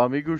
Fala, amigos.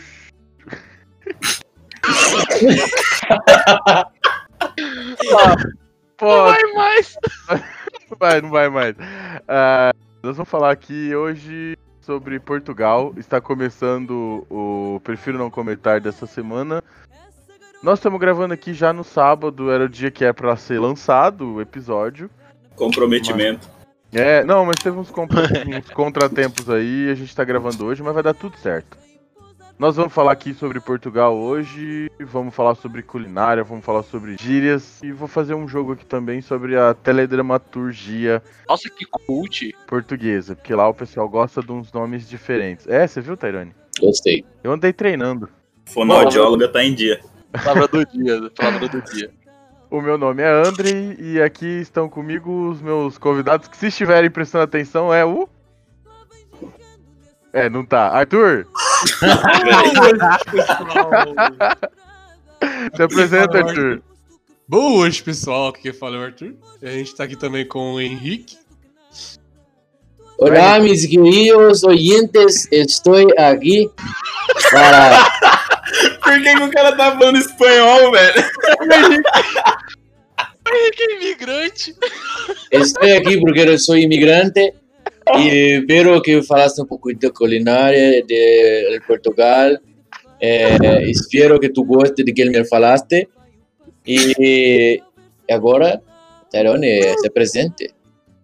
Não vai mais. Não vai mais. Nós vamos falar aqui hoje sobre Portugal. Está começando o Prefiro Não Comentar dessa semana. Nós estamos gravando aqui já no sábado, era o dia que é pra ser lançado o episódio. Comprometimento. Mas teve uns contratempos aí, a gente tá gravando hoje, mas vai dar tudo certo. Nós vamos falar aqui sobre Portugal hoje, vamos falar sobre culinária, vamos falar sobre gírias e vou fazer um jogo aqui também sobre a teledramaturgia. Nossa, que cult. Portuguesa, porque lá o pessoal gosta de uns nomes diferentes. Você viu, Tairone? Gostei. Eu andei treinando. Fonoaudióloga tá em dia. Palavra do dia. O meu nome é Andrei e aqui estão comigo os meus convidados que, se estiverem prestando atenção, é o... não tá. Arthur! Se apresenta, Arthur. Boas, pessoal. Aqui quem fala é o Arthur. A gente tá aqui também com o Henrique. Olá, mis queridos oyentes. Estou aqui para... Por que o cara tá falando espanhol, velho? Henrique é imigrante. Estou aqui porque eu sou imigrante e espero que falaste um pouco de culinária de Portugal. Espero que tu goste de que me falaste. E agora, Tairone, se presente.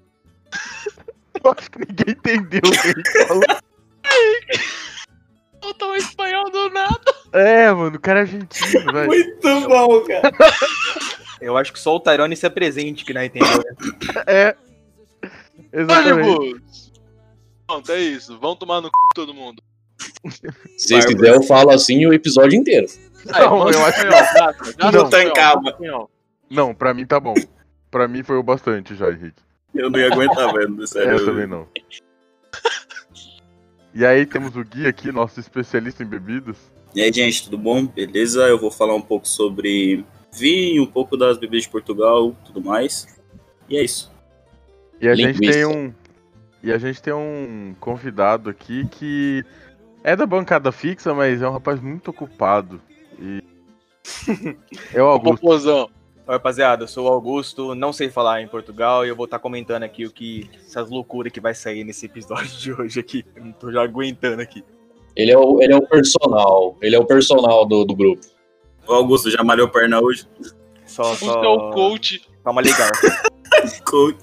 Eu acho que ninguém entendeu o que ele falou. Faltou um espanhol do nada. Mano, o cara é argentino, velho. Muito bom, cara. Eu acho que só o Tairone se é presente que não entendeu. Exatamente. Ânimos. Pronto, é isso. Vão tomar no c... todo mundo. Se vocês quiserem, eu falo assim o episódio inteiro. Não, eu acho que Não tá em calma. não, pra mim tá bom. Pra mim foi o bastante já, Henrique. Eu não ia aguentar, velho. Sério. Eu também não. E aí temos o Gui aqui, nosso especialista em bebidas. E aí, gente, tudo bom? Beleza? Eu vou falar um pouco sobre vinho, um pouco das bebidas de Portugal, tudo mais. E é isso. E a Linguista. gente tem um convidado aqui que é da bancada fixa, mas é um rapaz muito ocupado. E é o Augusto. Popozão. Oi, rapaziada, eu sou o Augusto, não sei falar em Portugal e eu vou estar comentando aqui essas loucuras que vai sair nesse episódio de hoje aqui. Eu não tô já aguentando aqui. Ele é o personal do grupo. O Augusto já malhou perna hoje? Só O seu coach. Calma, legal. Coach.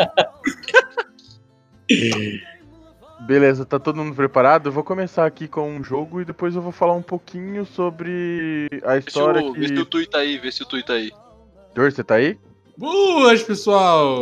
Beleza, tá todo mundo preparado? Eu vou começar aqui com um jogo e depois eu vou falar um pouquinho sobre a história Vê se o Tui tá aí. Dor, você tá aí? Boas, pessoal.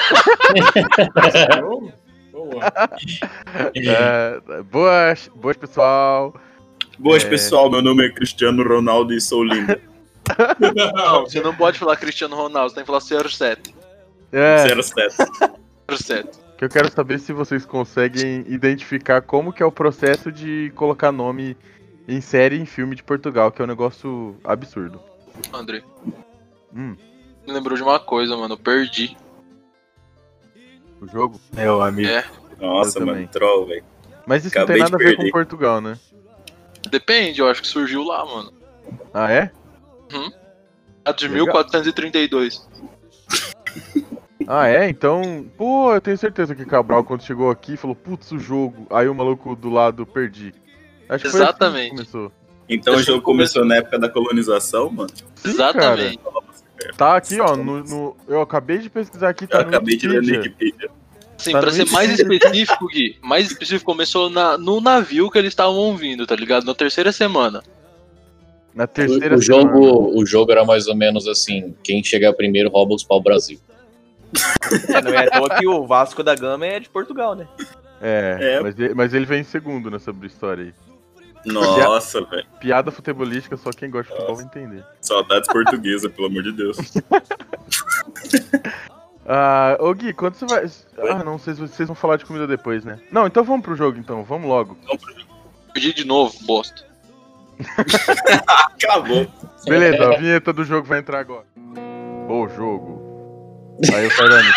Boas, pessoal. Boas, pessoal. Meu nome é Cristiano Ronaldo e sou lindo. Não, você não pode falar Cristiano Ronaldo, você tem que falar CR7. 07. CR7. Que eu quero saber se vocês conseguem identificar como que é o processo de colocar nome em série e em filme de Portugal, que é um negócio absurdo. André. Me lembrou de uma coisa, mano. Eu perdi. O jogo? Meu amigo. Nossa, Eu mano, também. troll, velho. Mas isso Acabei não tem nada a de ver perder. com Portugal, né? Depende, eu acho que surgiu lá, mano. Ah, é? A de Legal. 1432. Ah, é? Então... Pô, eu tenho certeza que Cabral, quando chegou aqui, falou, putz, o jogo. Aí o maluco do lado, perdi. Acho que foi assim Exatamente. que começou. Então o jogo começou na época da colonização, mano. Sim, Exatamente. Tá aqui, ó, eu acabei de pesquisar aqui, tá Eu no acabei de ler no Wikipedia. Wikipedia. Sim, Tá pra no ser mais específico, Gui, começou no navio que eles estavam vindo, tá ligado? Na terceira semana. Na terceira O jogo era mais ou menos assim: quem chegar primeiro rouba os pau-brasil. Não é à toa que o Vasco da Gama é de Portugal, né? É. Mas ele vem em segundo nessa história aí. Nossa, velho. Piada futebolística, só quem gosta de futebol vai entender. Saudades portuguesas, pelo amor de Deus. Ô Gui, quando você vai... não, vocês vão falar de comida depois, né? Não, então vamos pro jogo, então. Vamos logo. Perdi de novo, bosta. Acabou. Beleza, a vinheta do jogo vai entrar agora. O jogo. Aí o Fernando,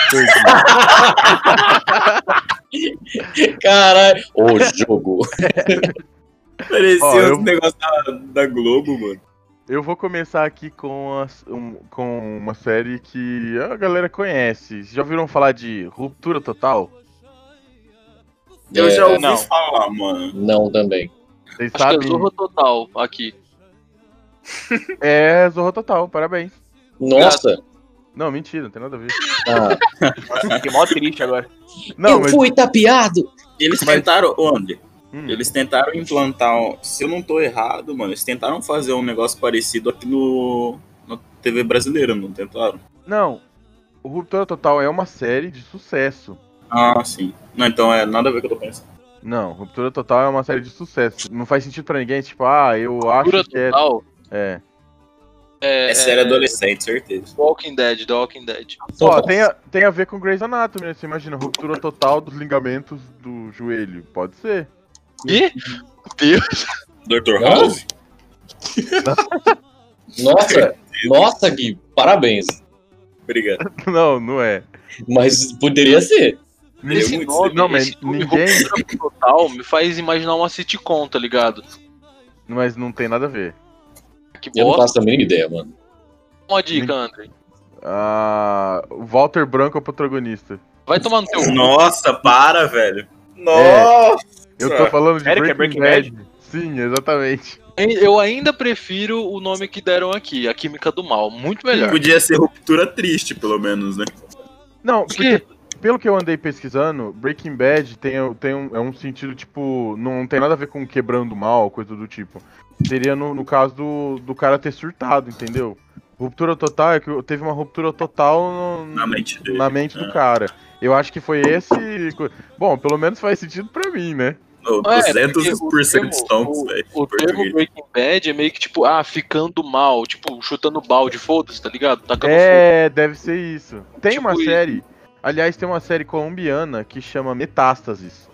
perdi. Caralho, o jogo. Parecia Ó, eu- um negócio da Globo, mano. Eu vou começar aqui com uma série que a galera conhece. Já ouviram falar de Ruptura Total? Eu já ouvi não. falar, mano. Não, também. Vocês Acho que é sabem? Zorro Total aqui. É Zorro Total, parabéns. Nossa! Não, mentira, não tem nada a ver. Ah, Nossa, fiquei mó triste agora. Não, mas. fui tapeado! Eles tentaram, onde? Hum, Eles tentaram implantar, se eu não tô errado, mano, eles tentaram fazer um negócio parecido aqui na TV brasileira, não tentaram? Não, o Ruptura Total é uma série de sucesso. Ah, sim. Não, então é nada a ver com o que eu tô pensando. Não, Ruptura Total é uma série de sucesso. Não faz sentido pra ninguém, tipo, eu acho Ruptura que Total é. É série adolescente, certeza. Walking Dead, The Walking Dead. Ó, tem a ver com Grey's Anatomy, né? Você imagina, ruptura total dos ligamentos do joelho. Pode ser. Ih, Deus. Dr. Não? House? Nossa, Gui, parabéns. Obrigado. Não, não é. Mas poderia ser. Esse muito nome, não, mas esse nome ninguém- Ruptura Total me faz imaginar uma sitcom, tá ligado? Mas não tem nada a ver. Que Eu não bosta. faço a mínima ideia, mano. Uma dica, André. O Walter Branco é o protagonista. Vai tomar no teu cu. Nossa, para, velho. Nossa! Eu tô falando de Sério que é Breaking Breaking Bad. Sim, exatamente. Eu ainda prefiro o nome que deram aqui, A Química do Mal. Muito melhor. Podia ser ruptura triste, pelo menos, né? Não, Por quê? porque, pelo que eu andei pesquisando, Breaking Bad é um sentido, tipo, não tem nada a ver com quebrando mal, coisa do tipo. Seria no caso do cara ter surtado, entendeu? Ruptura total é que teve uma ruptura total Na mente dele. na mente do cara. Eu acho que foi esse. Bom, pelo menos faz sentido pra mim, né? Oh, É, 200% stonks, velho. O termo Breaking Bad é meio que tipo, ficando mal, tipo, chutando balde, foda-se, tá ligado? Tacando fogo. Deve ser isso. Tem Tipo uma isso. série. Aliás, tem uma série colombiana que chama Metástases.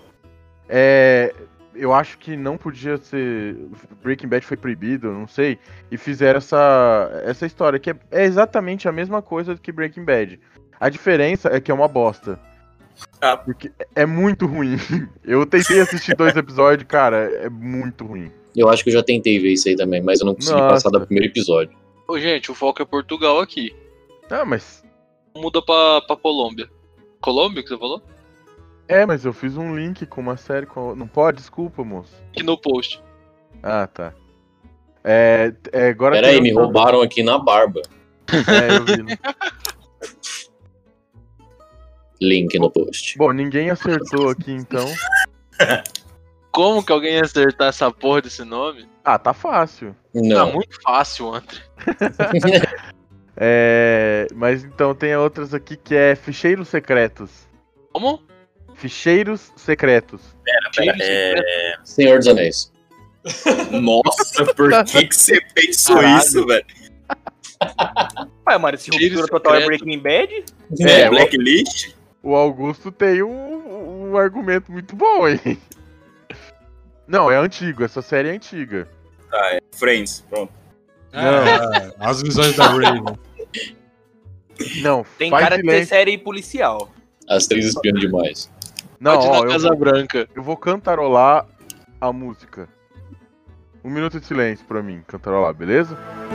Eu acho que não podia ser. Breaking Bad foi proibido, não sei. E fizeram essa história, que é exatamente a mesma coisa que Breaking Bad. A diferença é que é uma bosta. Ah. Porque é muito ruim. Eu tentei assistir 2 episódios, cara, é muito ruim. Eu acho que eu já tentei ver isso aí também, mas eu não consegui Nossa. passar do primeiro episódio. Ô, gente, o foco é Portugal aqui. Ah, mas. Muda pra Colômbia. Colômbia que você falou? Mas eu fiz um link com uma série. Não pode? Desculpa, moço. Aqui no post. Ah, tá. Agora Pera aí, que me roubaram aqui na barba. Eu vi. Né? Link no post. Bom, ninguém acertou aqui então. Como que alguém ia acertar essa porra desse nome? Ah, tá fácil. Tá Não. muito fácil, André. Mas então tem outras aqui que é Ficheiros Secretos. Como? Ficheiros Secretos. Senhor dos Anéis. Nossa, por que você pensou Caralho. isso, velho? Ué, mano, se Tiro ruptura total é secreto. Breaking Bad, Blacklist? O Augusto tem um argumento muito bom, hein? Não, é antigo, essa série é antiga. Ah, é Friends, pronto. As visões da Raven. Não, tem faz cara de ter silêncio. série policial. As 3 espiando demais. Não, Pode ir ó, na Casa Branca. eu vou cantarolar a música. 1 minuto de silêncio pra mim, cantarolar, beleza?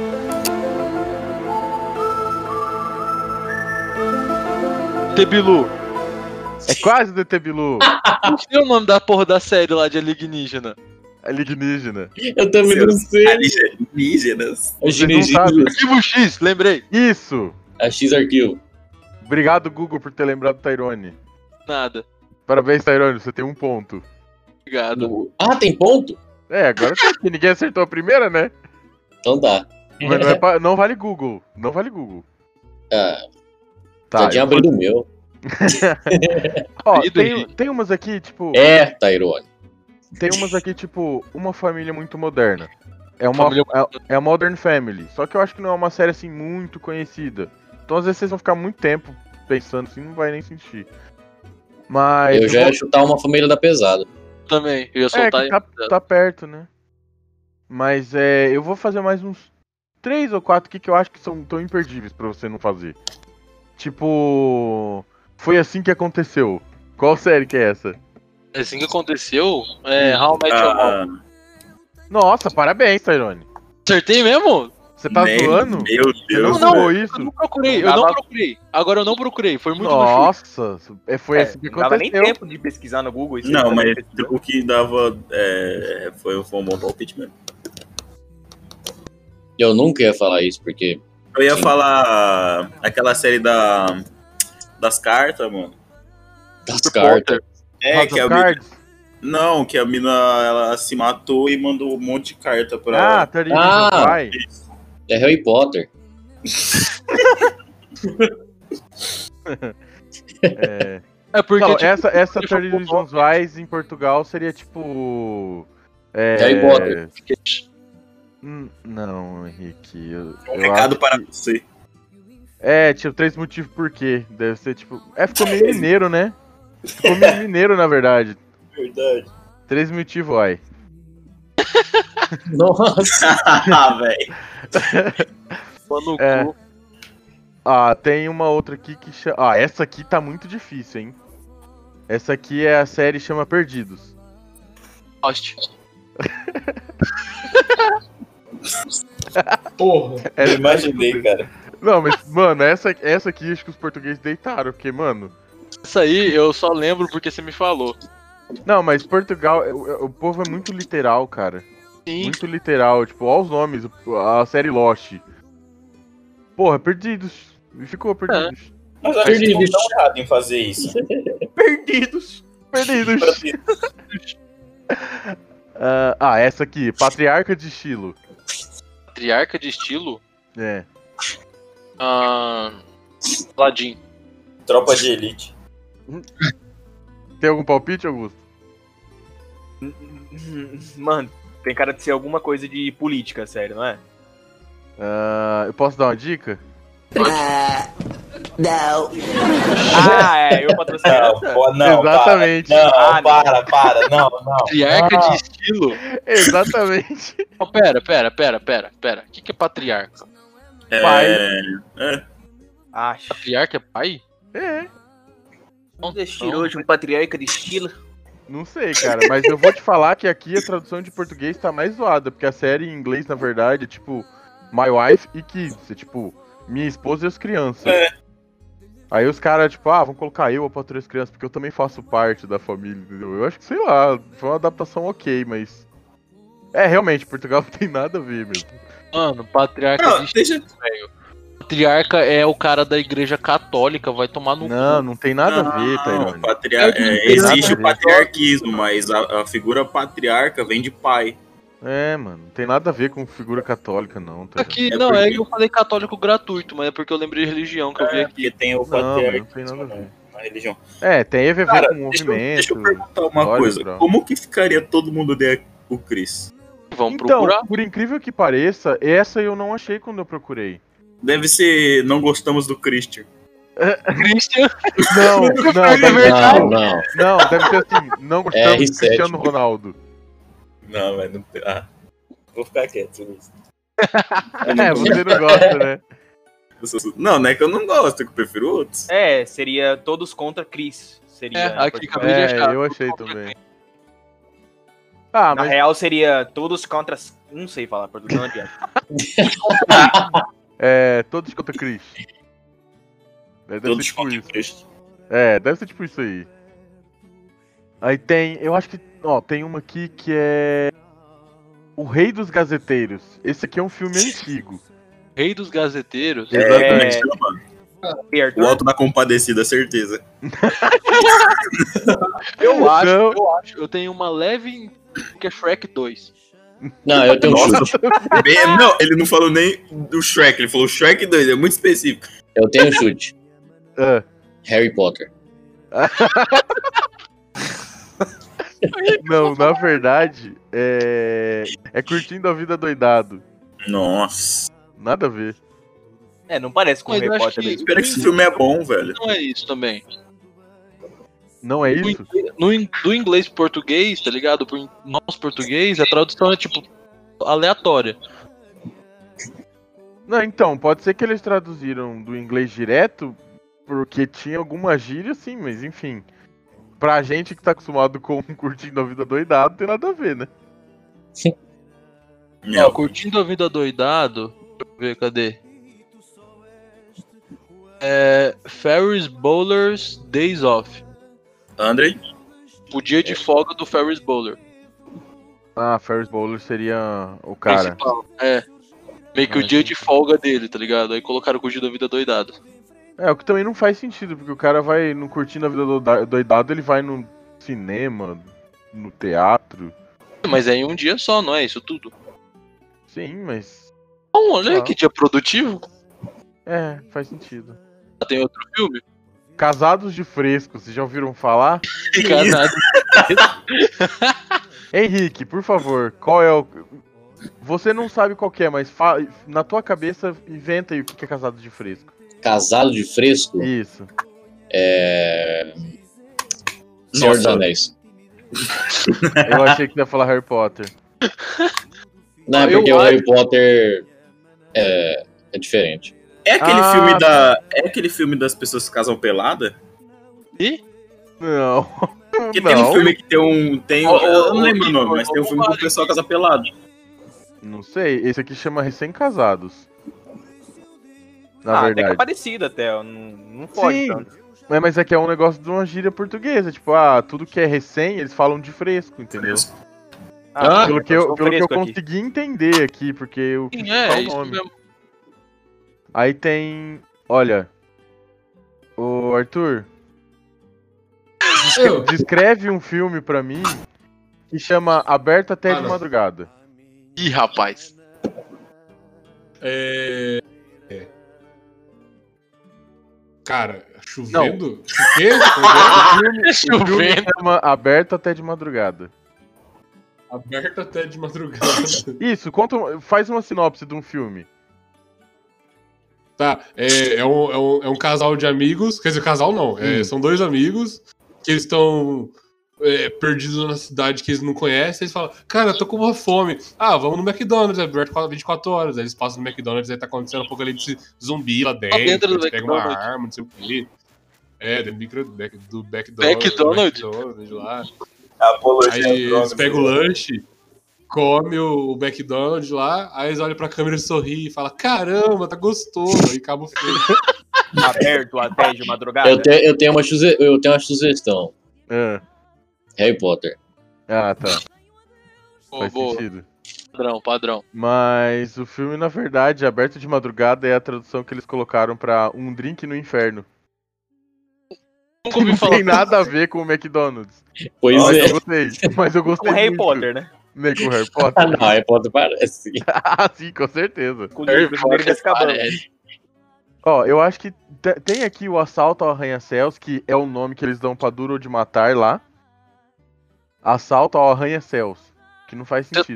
Tebilu. É quase o DT Bilu, Não sei o nome da porra da série lá de alienígena. alienígena. Eu também não sei. Alienígenas. A Você não sabe. Arquivo X, lembrei. Isso! A X-Arquivo. Obrigado, Google, por ter lembrado do Tyrone. Nada. Parabéns, Tyrone, você tem 1 ponto. Obrigado. Ah, tem ponto? Agora tem que ninguém acertou a primeira, né? Então tá. Mas não vale Google. Não vale Google. Ah, Tá. já tinha abrido o meu. Ó, Ido, tem umas aqui, tipo. Tyrone. Tem umas aqui, tipo, Uma Família Muito Moderna. É uma Família- é a Modern Family. Só que eu acho que não é uma série assim muito conhecida. Então às vezes vocês vão ficar muito tempo pensando assim, não vai nem sentir. Mas. Eu já ia chutar Uma Família da Pesada. Também. Eu ia soltar que tá perto, né? Mas eu vou fazer mais uns 3 ou 4 aqui que eu acho que são tão imperdíveis pra você não fazer. Tipo. Foi assim que aconteceu. Qual série que é essa? assim que aconteceu. How I Met Your Mother. Nossa, parabéns, Tyrone. Acertei mesmo? Você tá zoando? Meu Você Deus, não zoou velho. isso? Eu não procurei, eu não procurei. Agora eu não procurei, foi muito no chute. Nossa, foi assim que Não dava nem aconteceu. tempo de pesquisar no Google. Isso Não, aí, mas pesquisar. o que dava foi um bom palpite mesmo. Eu nunca ia falar isso, porque... Eu ia Sim. falar aquela série das cartas, mano. Das cartas. House Que of a mina, Cards? não, que a mina ela se matou e mandou um monte de carta pra. Ah, 30 Reasons Ah. Why. É Harry Potter. É porque, Não, tipo, essa deixa eu 30 Reasons Why em Portugal seria tipo... Harry Potter. Não, Henrique. Eu Recado acho para que- você. tipo, 3 motivos por quê. Deve ser tipo... ficou meio mineiro, né? Ficou meio mineiro, na verdade. Verdade. 3 motivos, uai. Nossa. Velho. no É. cu. Tem uma outra aqui que chama... essa aqui tá muito difícil, hein? Essa aqui é a série chama Perdidos. Lost. Porra. Eu imaginei, cara. Não, mas, mano, essa aqui acho que os portugueses deitaram, porque, mano... Isso aí eu só lembro porque você me falou. Não, mas Portugal, o povo é muito literal, cara. Sim. Muito literal, tipo, olha os nomes, a série Lost. Porra, Perdidos. E ficou Perdidos. Mas acho que eles não estão errados em fazer isso. Perdidos. Essa aqui, Patriarca de Estilo. Patriarca de estilo? É. Aladdin. Tropa de Elite. Tem algum palpite, Augusto? Mano, tem cara de ser alguma coisa de política, sério, não é? Eu posso dar uma dica? Não. Eu patrocinado. Não, Exatamente. para, não. Patriarca de estilo? Exatamente. Oh, pera. O que é patriarca? Patriarca é pai? É. Tirou hoje um patriarca de estilo. Não sei, cara, mas eu vou te falar que aqui a tradução de português tá mais zoada, porque a série em inglês, na verdade, é tipo My Wife e Kids, é tipo minha esposa e as crianças. Aí os caras, tipo, vamos colocar eu, a patroa e as crianças, porque eu também faço parte da família, entendeu? Eu acho que, sei lá, foi uma adaptação ok, mas... realmente, Portugal não tem nada a ver mesmo. Mano, patriarca Não, de deixa... estilo, velho. Patriarca é o cara da igreja católica, vai tomar no cu. Não tem nada a ver, Tairone. Existe o patriarquismo, mas a figura patriarca vem de pai. Mano, não tem nada a ver com figura católica, não. Tairone. Aqui, É não, porque- eu falei católico gratuito, mas é porque eu lembrei de religião que eu vi aqui. Porque tem o Não, não tem patriarquismo nada a ver. na religião. Tem a ver Cara, com deixa movimento. eu perguntar uma história, coisa. tal. Como que ficaria todo mundo de o Chris? Vamos Então, procurar. por incrível que pareça, essa eu não achei quando eu procurei. Deve ser Não Gostamos do Christian. Christian. Não, Não. não, deve ser assim, não gostamos de R7. Cristiano Ronaldo. Não, mas não. Vou ficar quieto sobre isso. Você não gosta, né? Não é que eu não gosto, é que eu prefiro outros. Seria todos contra Chris. Seria. Aqui, acabei de achar. Eu achei também. Na Mas real, seria todos contra. Não sei falar português, não adianta. todos contra Chris. Deve Todos ser tipo contra o isso. Christian. Deve ser tipo isso aí. Aí tem, eu acho que, tem uma aqui que é O Rei dos Gazeteiros. Esse aqui é um filme antigo. Rei dos Gazeteiros. Como é que chama? E O Arthur? Alto da Compadecida, certeza. Eu acho, Não. eu tenho uma leve que é Shrek 2. Não, eu tenho um Nossa. chute. Não, ele não falou nem do Shrek, ele falou Shrek 2, é muito específico. Eu tenho um chute. Ah. Harry Potter. Não, na verdade, é Curtindo a Vida Doidado. Nossa. Nada a ver. Não parece com o Mas eu Harry acho Potter que- mesmo. Espera que esse filme é bom, velho. Não é isso também. Não é isso? Do inglês pro português, tá ligado? Pro nosso português, a tradução é tipo aleatória. Não, então, pode ser que eles traduziram do inglês direto, porque tinha alguma gíria, sim, mas enfim. Pra gente que tá acostumado com Curtindo a Vida Doidado, não tem nada a ver, né? Não. Curtindo a vida doidado. Deixa eu ver, cadê? Ferris Bueller's Days Off. Andrei? O dia de folga do Ferris Bueller. Ah, Ferris Bueller seria o cara. Principal. Meio que o dia de folga dele, tá ligado? Aí colocaram Curtindo a vida doidado. O que também não faz sentido, porque o cara vai no Curtindo a Vida Doidado, ele vai no cinema, no teatro. Mas é em um dia só, não é isso tudo? Sim, mas... Olha que dia produtivo. Faz sentido. Tem outro filme? Casados de Fresco, vocês já ouviram falar? Casado. Henrique, por favor, qual é o... Você não sabe qual que é, mas na tua cabeça, inventa aí o que é Casado de Fresco. Casado de Fresco? Isso. Senhor dos Anéis. Eu achei que ia falar Harry Potter. Não, é porque o Harry Potter é diferente. É aquele filme das pessoas que casam pelada? Não. Porque tem um filme que eu não lembro o nome, mas tem um filme que o pessoal casa pelado. Não sei, esse aqui chama Recém-Casados. Na Até que verdade. é parecido até, não pode Sim, tanto. mas é que é um negócio de uma gíria portuguesa. Tipo, tudo que é recém, eles falam de fresco, entendeu? Pelo que eu consegui entender aqui, porque eu quis citar o Isso nome. mesmo. Aí tem... Olha... Ô, Arthur... Descreve um filme pra mim que chama Aberto até de Madrugada. Ih, rapaz. Cara, chovendo? O quê? O filme chama Aberto até de Madrugada. Aberto até de madrugada. Isso, faz uma sinopse de um filme. Tá, é um casal de amigos, quer dizer, casal não, são dois amigos que eles estão perdidos na cidade que eles não conhecem, eles falam, cara, eu tô com uma fome, vamos no McDonald's, é aberto 24 horas, aí eles passam no McDonald's, aí tá acontecendo um apocalipse zumbi lá dentro, do eles pegam uma McDonald's. arma, não sei o quê. Dentro do McDonald's? Lá. Apologia Aí eles pegam o lanche, come o McDonald's lá, aí eles olham pra câmera e sorriem e falam, caramba, tá gostoso, aí acaba o filme. Aberto até de madrugada. Eu tenho uma sugestão. Harry Potter. Tá. Boa, Faz sentido. Padrão. Mas o filme, na verdade, Aberto de Madrugada é a tradução que eles colocaram pra Um Drink no Inferno. Nunca ouvi Não falar. tem nada a ver com o McDonald's. Pois Mas é. eu gostei Com Harry muito. Potter, né? Nem com Harry Potter. Não, Harry Potter parece. Sim, com certeza. Com o livro primeiro de Azkaban. Ó, eu acho que tem aqui o Assalto ao Arranha-Céus, que é o nome que eles dão pra Duro de Matar lá. Assalto ao Arranha-Céus, que não faz sentido.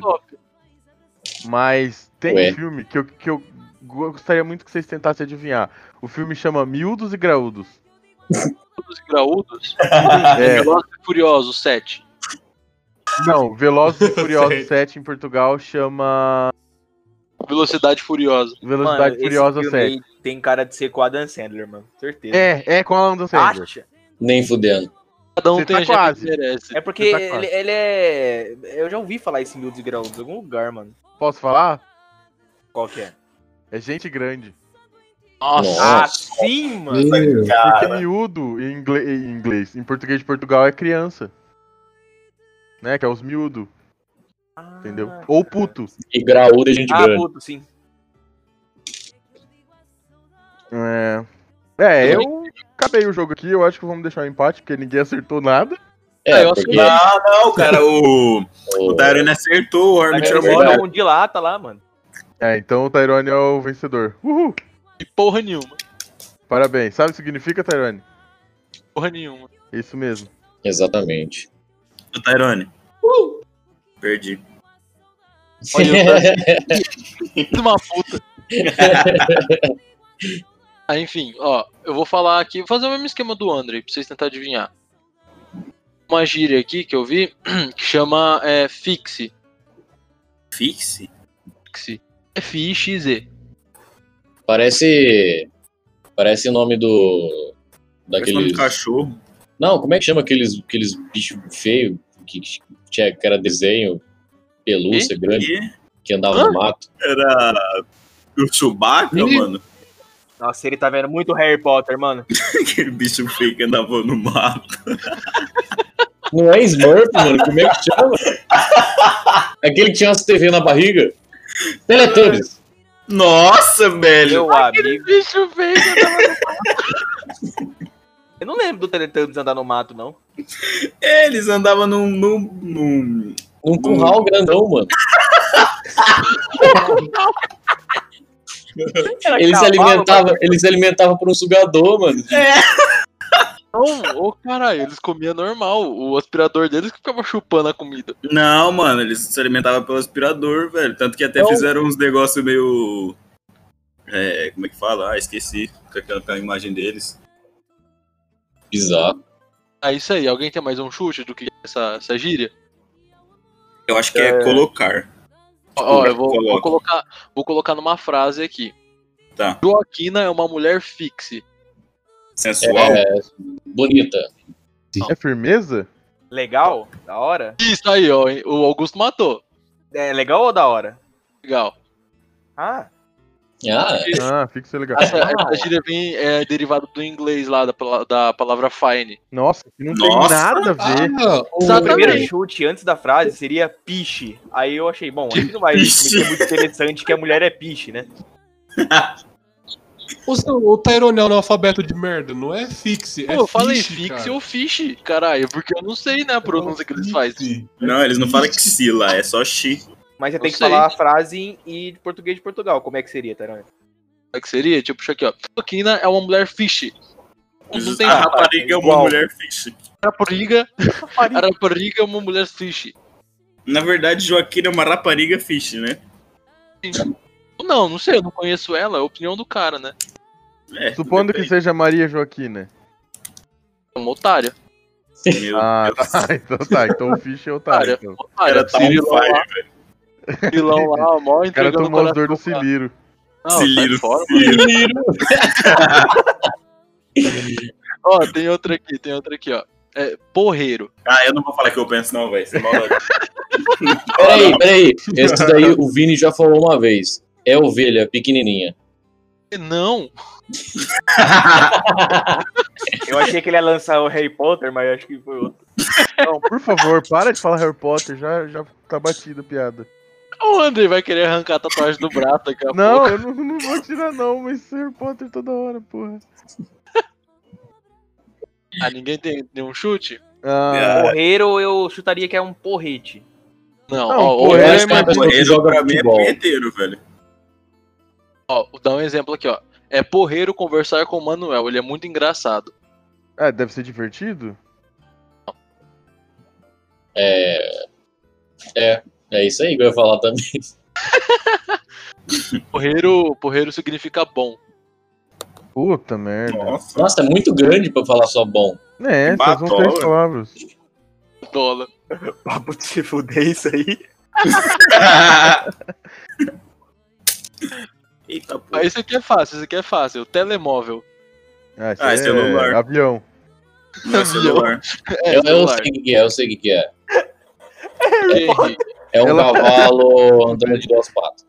Mas tem um filme que eu gostaria muito que vocês tentassem adivinhar. O filme chama Miúdos e Graúdos. Miúdos e Graúdos? É. Velozes e Furiosos 7. Não, Velozes e Furiosos 7 em Portugal chama Velocidade Furiosa. Velocidade Mano, Furiosa esse filme 7. aí tem cara de ser com o Adam Sandler, mano. Certeza. É com a Adam Sandler. Acha? Nem fudendo. Cada um Você tem tá a gente que quase. merece. É porque Você tá quase. ele é... Eu já ouvi falar esse Miúdos e Graúdos em algum lugar, mano. Posso falar? Qual que é? É Gente Grande. Nossa. Ah, sim, mano. Porque miúdo em inglês, em português de Portugal é criança. Né? Que é os miúdo, entendeu? Ou puto. E graúdo é gente grande. Puto, sim. Eu acabei o jogo aqui, eu acho que vamos deixar um empate, porque ninguém acertou nada. eu Porque Não, cara, o Tyrone acertou, o Armin tirou Olha um de lata lá, mano. Então o Tyrone é o vencedor. Uhul! E porra nenhuma. Parabéns. Sabe o que significa, Tyrone? Porra nenhuma. Isso mesmo. Exatamente. O Tyrone. Perdi. Uma puta. Enfim, ó, eu vou falar aqui, vou fazer o mesmo esquema do André, pra vocês tentarem adivinhar. Uma gíria aqui que eu vi, que chama Fixe. Fixe? Fixe. F-I-X-E. Parece o nome do... Parece nome de Daqueles... cachorro. Não, como é que chama aqueles bichos feios que era desenho, pelúcia, grande? E? que andava no mato. Era o Chewbacca, mano. Nossa, ele tá vendo muito Harry Potter, mano. Aquele bicho feio que andava no mato. Não é Smurf, mano? Como é que chama? Aquele que tinha umas TV na barriga? Teletubbies. Nossa, velho. Meu amigo. Bicho feio que andava no mato. Eu não lembro do Teletubbies andar no mato, não. Eles andavam Um curral grandão, mano. Eles se alimentavam por um sugador, mano. Não, ô caralho, eles comiam normal. O aspirador deles que ficava chupando a comida. Não, mano, eles se alimentavam pelo aspirador, velho. Tanto que até fizeram uns negócios meio... como é que fala? Ah, esqueci. Com aquela imagem deles. Bizarro. Ah, isso aí. Alguém tem mais um chute do que essa gíria? Eu acho que é colocar. Ó, eu vou colocar numa frase aqui. Tá. Joaquina é uma mulher fixe. Sensual? Bonita. É firmeza? Legal? Da hora? Isso aí, ó. O Augusto matou. É legal ou da hora? Legal. Ah, Ah, fica ser legal. Essa gíria vem derivada do inglês lá, da palavra fine. Nossa, que não Nossa. tem nada a ver. o Exatamente. primeiro chute antes da frase seria piche. Aí eu achei, bom, acho que não vai ser muito interessante que a mulher é piche, né? O Tyrone analfabeto de merda, não é fixe, Pô, é eu falei fixe, fixe cara. ou fiche, caralho, porque eu não sei, né, a pronúncia que eles fazem. Não, eles não falam xila, é só xi. Mas você tem que sei. falar a frase em português de Portugal. Como é que seria, Tarão? Como é que seria? Tipo, isso aqui, ó. Joaquina é uma mulher fiche. Não tem A nada. rapariga é uma igual. mulher fixe. A rapariga é uma mulher fiche. Na verdade, Joaquina é uma rapariga fixe, né? Não sei, eu não conheço ela, é a opinião do cara, né? É, Supondo que depende. seja Maria Joaquina. É uma otária. Meu Ah, Deus. tá. Então tá. Então o Fish é otário. Então. Otária, Ela tá on Cirilão lá, fire, velho. Cirilão lá, mó O cara entregando tomou as dores do coração lá. Ciliro. Não, sai Ciliro, fora, mano. Ciliro. Ó, tem outra aqui, ó. É porreiro. Ah, eu não vou falar o que eu penso, não, velho. Você maldade. Peraí. Esse daí o Vini já falou uma vez. É ovelha pequenininha. Não, Eu achei que ele ia lançar o Harry Potter, mas acho que foi outro. Não, por favor, para de falar Harry Potter. Já tá batida a piada. o André vai querer arrancar a tatuagem do braço daqui a Não, pouco. eu não vou tirar não, mas Harry Potter toda hora, porra. Ah, ninguém tem nenhum chute? Ah, Porreiro, eu chutaria que é um porrete. Não, Não, ó, porreiro ó, Eu acho que é uma pessoa que Porreiro joga pra mim é futebol. punheteiro, velho. ó, dá um exemplo aqui, ó. É porreiro conversar com o Manuel, ele é muito engraçado. deve ser divertido? É isso aí que eu ia falar também. Porreiro significa bom. Puta merda. Nossa. Nossa, é muito grande pra falar só bom. É, essas são Batola. 3 palavras. Dólar. Papo de se fuder isso aí. Eita, pô. Ah, esse aqui é fácil. Telemóvel. Isso Ah, aí é celular. avião. Não é celular. É, Eu celular. sei o que é, eu sei o que é. Ok. É um Ela- cavalo andando de 2 patas.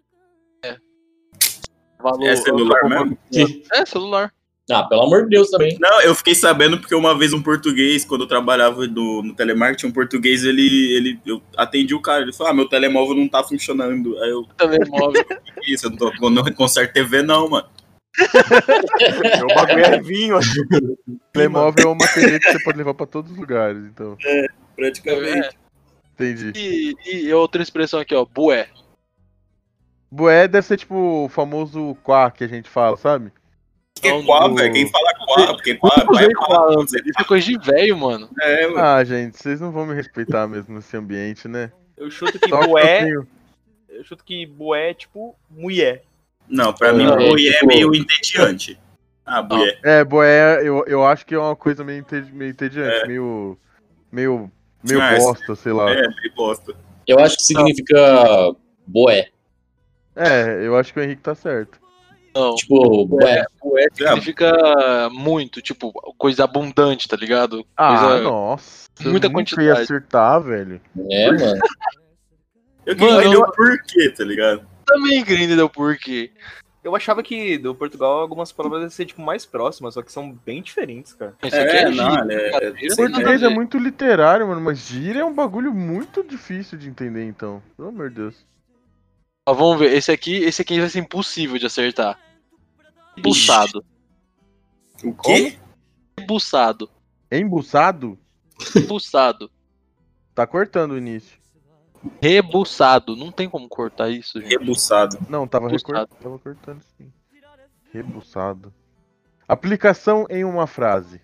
Valor- É celular mesmo? É, celular. Ah, pelo amor de Deus também. Não, eu fiquei sabendo porque uma vez um português, quando eu trabalhava no telemarketing, um português, eu atendi o cara, ele falou, meu telemóvel não tá funcionando. Aí eu, Telemóvel. que isso, eu não conserto TV não, mano. Meu bagulho é vinho. Telemóvel é uma TV que você pode levar pra todos os lugares, então. Praticamente. É. Entendi. E outra expressão aqui, ó. Bué. Bué deve ser tipo o famoso quá que a gente fala, sabe? Que Não, quá, no- velho? Quem fala quá? Porque quá, Nunca vai usei quá. quá, isso é coisa de velho, mano. É, mano. Ah, gente, vocês não vão me respeitar mesmo nesse ambiente, né? Eu chuto que Só que eu bué. tenho- Eu chuto que bué é tipo mulher. Não, pra mim, Não, mulher é tipo- meio entediante. Ah, mulher. Bué, eu acho que é uma coisa meio entediante, meio Ah, bosta, sei lá. É, meio bosta. Eu acho que significa boé. Eu acho que o Henrique tá certo. Não. Tipo, boé. Bué significa muito, tipo, coisa abundante, tá ligado? Ah, Coisa... nossa. eu muita nunca quantidade. ia acertar, velho. É, mano. Eu queria Mano, entender o porquê, tá ligado? Também queria entender o porquê. Eu achava que do Portugal algumas palavras iam ser tipo mais próximas, só que são bem diferentes, cara. Isso aqui é não, gíria, cara. Gíria sim, não tem nada a Português é ver. muito literário, mano, mas gíria é um bagulho muito difícil de entender, então. Pelo amor de Deus. Ó, vamos ver, esse aqui vai ser impossível de acertar. Rebuçado. O quê? Rebuçado. Embuçado? Rebuçado. Tá cortando o início. Rebuçado. Não tem como cortar isso, gente. Rebuçado. Não, tava Rebuçado. tava cortando sim. Rebuçado. Aplicação em uma frase.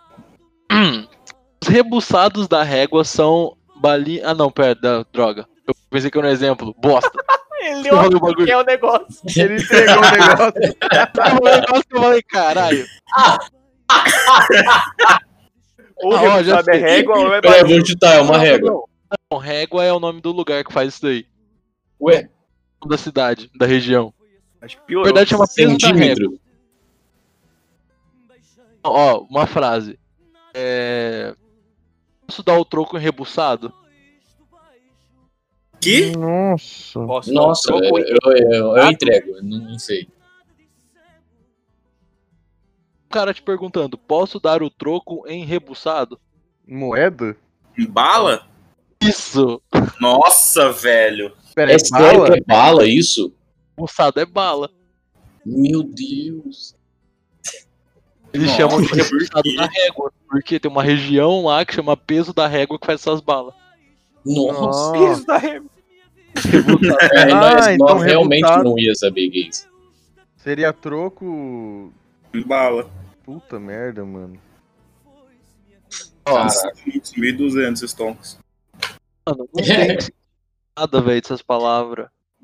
Os rebuçados da régua são balinha. Ah, não, pera, droga. Eu pensei que era um exemplo. Bosta. Ele Olha o bagulho. que é o negócio. Ele entregou o negócio. Eu falei, caralho. Ou Ah, ó, já rebuçado é sei. régua ou é Peraí, balinha. vou chutar, é uma régua. Não, régua é o nome do lugar que faz isso daí. Ué, Da cidade, da região. Acho que Na piorou. verdade chama peso da régua. centímetro. Ó, uma frase. Posso dar o troco em rebuçado? Que? Nossa. Posso Nossa, dar um troco eu entrego, eu não sei. O cara te perguntando, posso dar o troco em rebuçado? Moeda? Bala? Isso! Nossa, velho. Pera, É sério que é bala isso? Rebuçado é bala. Meu Deus. Eles Nossa, chamam de por rebuçado quê? da régua. Porque tem uma região lá que chama peso da régua que faz essas balas. Nossa. peso da régua. Rebuçado. Nós então realmente rebutado. não ia saber que é isso. Seria troco. Bala. Puta merda, mano. Ó, 1.200 estômagos. mano, não tem nada, velho, dessas palavras.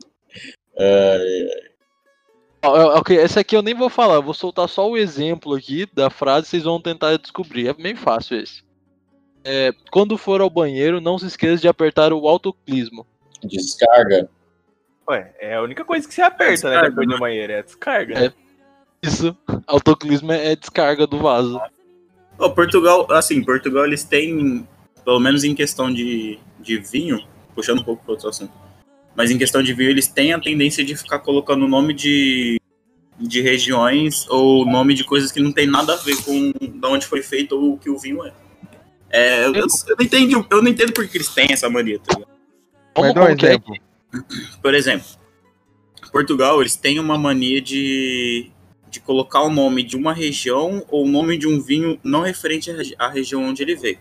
Ok, esse aqui eu nem vou falar, eu vou soltar só o exemplo aqui da frase, vocês vão tentar descobrir. É bem fácil esse. Quando for ao banheiro, não se esqueça de apertar o autoclismo. Descarga. Ué, é a única coisa que você aperta, né? Descarga, Depois né? do banheiro, é a descarga. É. Isso, autoclismo é descarga do vaso. Ó, Portugal, assim, Portugal eles têm, pelo menos em questão de vinho, puxando um pouco para outro assunto, mas em questão de vinho eles têm a tendência de ficar colocando o nome de regiões ou nome de coisas que não tem nada a ver com de onde foi feito ou o que o vinho é. Eu não entendo por que eles têm essa mania, tá ligado? Mas Como, dá um como que é? exemplo. Por exemplo, Portugal, eles têm uma mania de colocar o nome de uma região ou o nome de um vinho não referente à região onde ele veio.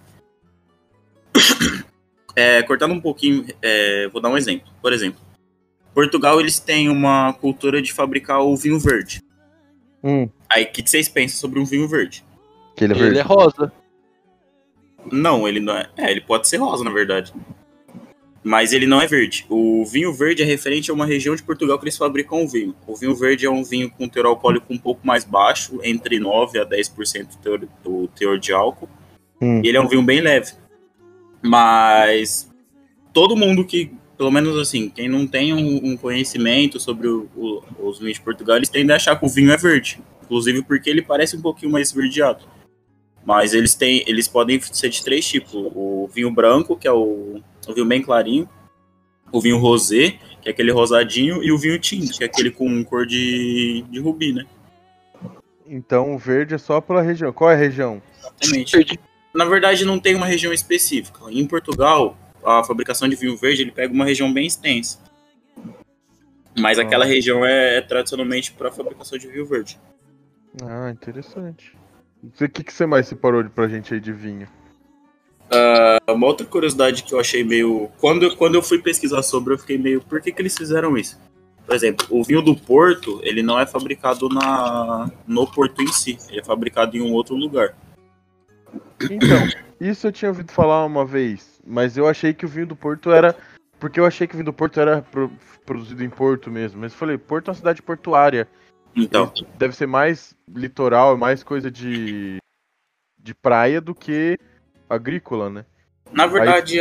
Cortando um pouquinho, vou dar um exemplo. Por exemplo, Portugal, eles têm uma cultura de fabricar o vinho verde. Aí, o que vocês pensam sobre um vinho verde? Que ele é Ele verde. é rosa. Não, ele não é. Ele pode ser rosa, na verdade. Mas ele não é verde. O vinho verde é referente a uma região de Portugal que eles fabricam o vinho. O vinho verde é um vinho com teor alcoólico um pouco mais baixo, entre 9% a 10% do teor de álcool. E ele é um vinho bem leve. Mas todo mundo que, pelo menos assim, quem não tem um conhecimento sobre os vinhos de Portugal, eles tendem a achar que o vinho é verde. Inclusive porque ele parece um pouquinho mais esverdeado. Mas eles podem ser de 3 tipos. O vinho branco, que é o vinho bem clarinho. O vinho rosé, que é aquele rosadinho. E o vinho tinto, que é aquele com cor de rubi, né? Então o verde é só pela região. Qual é a região? Exatamente. Na verdade, não tem uma região específica. Em Portugal, a fabricação de vinho verde, ele pega uma região bem extensa. Mas aquela região é tradicionalmente para a fabricação de vinho verde. Ah, interessante. O que você mais separou pra gente aí de vinho? Uma outra curiosidade que eu achei meio... Quando eu fui pesquisar sobre, eu fiquei meio... Por que eles fizeram isso? Por exemplo, o vinho do Porto, ele não é fabricado no Porto em si. Ele é fabricado em um outro lugar. Então, isso eu tinha ouvido falar uma vez, mas eu achei que o vinho do Porto era... Porque eu achei que o vinho do Porto era produzido em Porto mesmo. Mas eu falei, Porto é uma cidade portuária. Então, Deve ser mais litoral, mais coisa de praia do que agrícola, né? na verdade,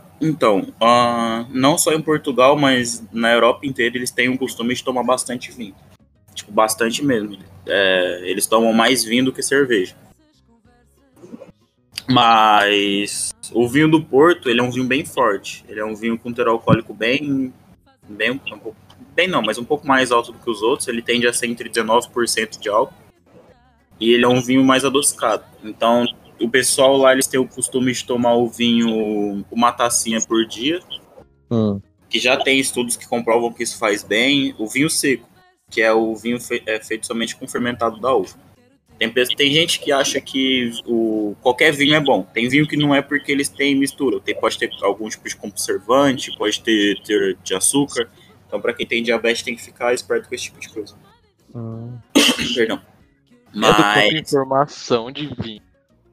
não só em Portugal, mas na Europa inteira, eles têm o costume de tomar bastante vinho. Tipo, bastante mesmo. Eles tomam mais vinho do que cerveja. Mas Isso. O vinho do Porto, ele é um vinho bem forte. Ele é um vinho com teor alcoólico bem mas um pouco mais alto do que os outros. Ele tende a ser entre 19% de álcool. E ele é um vinho mais adocicado. Então, o pessoal lá, eles têm o costume de tomar o vinho uma tacinha por dia. Que já tem estudos que comprovam que isso faz bem. O vinho seco, que é o vinho feito somente com fermentado da uva. Tem gente que acha que qualquer vinho é bom. Tem vinho que não é porque eles têm mistura. Pode ter algum tipo de conservante, pode ter de açúcar. Então, para quem tem diabetes, tem que ficar esperto com esse tipo de coisa. Perdão. Mas... informação de vinho.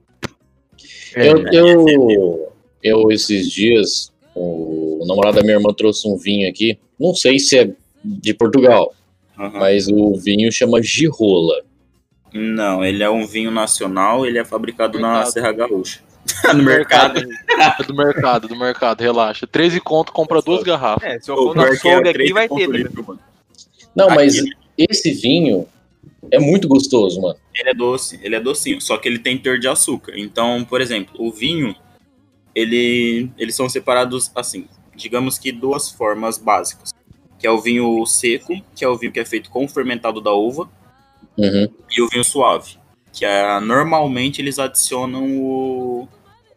Eu esses dias, o namorado da minha irmã trouxe um vinho aqui. Não sei se é de Portugal, mas o vinho chama Girola. Não, ele é um vinho nacional, ele é fabricado na Serra Gaúcha. No mercado. Do mercado, relaxa. 13 conto, compra 2 garrafas. Se eu for no açougue aqui, vai ter. Não, mas esse vinho é muito gostoso, mano. Ele é docinho, só que ele tem teor de açúcar. Então, por exemplo, o vinho, eles são separados assim, digamos que 2 formas básicas. Que é o vinho seco, que é o vinho que é feito com o fermentado da uva. E o vinho suave, que normalmente eles adicionam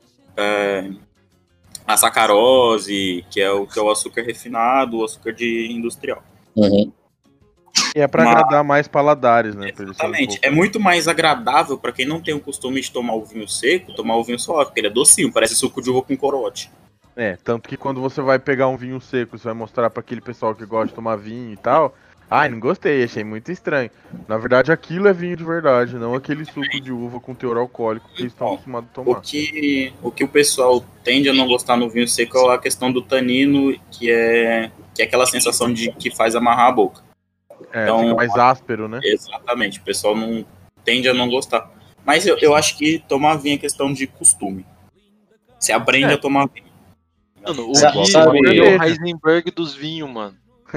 a sacarose, que é o açúcar refinado, o açúcar industrial. E é pra agradar mais paladares, né? Exatamente. É muito mais agradável pra quem não tem o costume de tomar o vinho seco, tomar o vinho suave, porque ele é docinho, parece suco de uva com corote. Tanto que quando você vai pegar um vinho seco, você vai mostrar pra aquele pessoal que gosta de tomar vinho e tal... Ai, não gostei, achei muito estranho. Na verdade, aquilo é vinho de verdade, não aquele suco de uva com teor alcoólico que eles estão acostumados a tomar. O que o pessoal tende a não gostar no vinho seco é a questão do tanino, que é aquela sensação de que faz amarrar a boca. Então, fica mais áspero, né? Exatamente, o pessoal não tende a não gostar. Mas eu acho que tomar vinho é questão de costume. Você aprende a tomar vinho. Mano, o Gui é o Heisenberg dos vinhos, mano.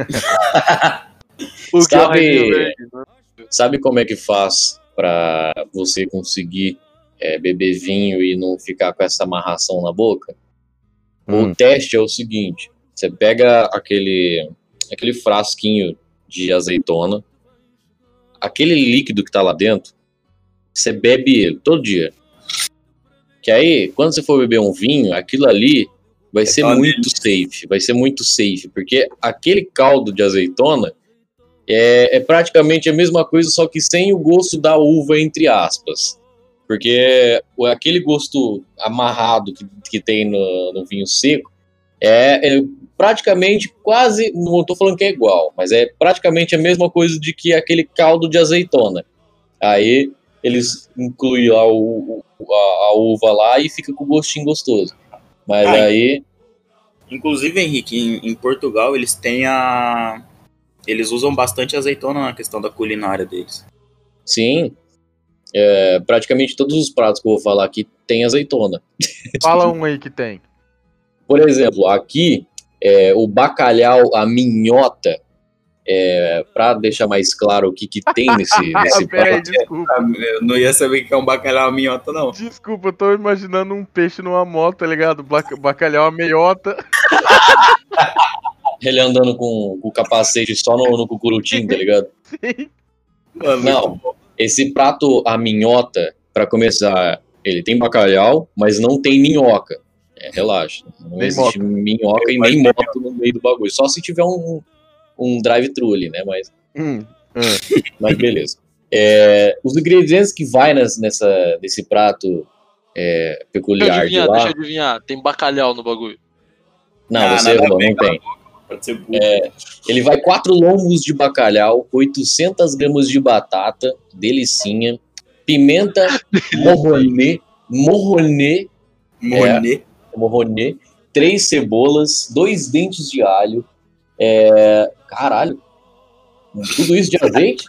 Sabe como é que faz pra você conseguir beber vinho e não ficar com essa amarração na boca? O teste é o seguinte: você pega aquele frasquinho de azeitona, aquele líquido que tá lá dentro, você bebe ele todo dia. Que aí, quando você for beber um vinho, aquilo ali vai ser muito safe, porque aquele caldo de azeitona é praticamente a mesma coisa, só que sem o gosto da uva, entre aspas. Porque aquele gosto amarrado que tem no vinho seco é praticamente quase, não estou falando que é igual, mas é praticamente a mesma coisa de que aquele caldo de azeitona. Aí eles incluem lá a uva lá e fica com o gostinho gostoso. Mas aí... Inclusive, Henrique, em Portugal eles têm eles usam bastante azeitona na questão da culinária deles. Sim. Praticamente todos os pratos que eu vou falar aqui tem azeitona. Fala um aí que tem. Por exemplo, aqui, o bacalhau, a minhota, pra deixar mais claro o que tem nesse prato. Desculpa. Eu não ia saber que é um bacalhau a minhota, não. Desculpa, eu tô imaginando um peixe numa moto, tá ligado? Bacalhau a meiota. Ele andando com o capacete só no cucurutim, tá ligado? Sim. Mano, não, esse prato, a minhota, pra começar, ele tem bacalhau, mas não tem minhoca. Relaxa. Não nem existe minhoca e nem moto no meio do bagulho. Só se tiver um drive-thru ali, né? Mas beleza. Os ingredientes que vai nesse prato peculiar de lá... Deixa eu adivinhar. Tem bacalhau no bagulho. Não, você não tem. Ele vai 4 lombos de bacalhau, 800 gramas de batata, delicinha, pimenta morronê, 3 cebolas, 2 dentes de alho, caralho, tudo isso de azeite?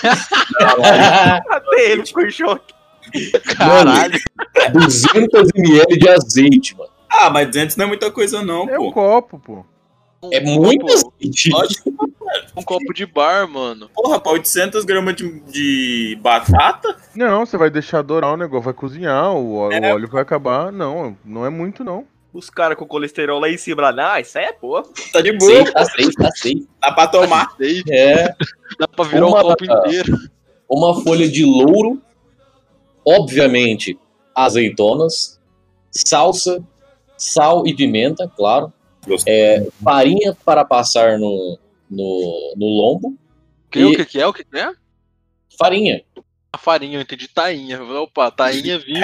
Até ele ficou em choque. Caralho. 200 ml de azeite, mano. Mas 200 não é muita coisa não, É pô. um copo, pô. É muito azeite. Lógico que Um copo de bar, mano. Porra, pra 800 gramas de batata? Não, você vai deixar dourar o negócio, vai cozinhar, o óleo vai acabar. Não, não é muito, não. Os caras com colesterol lá em cima, lá, isso aí é boa. Tá de boa. Tá safe. Dá pra tomar. É. Dá pra virar um copo inteiro. Uma folha de louro, obviamente, azeitonas, salsa, sal e pimenta, claro. Farinha para passar no lombo. O que é? Farinha. A farinha, eu entendi tainha. Opa, tainha vinho.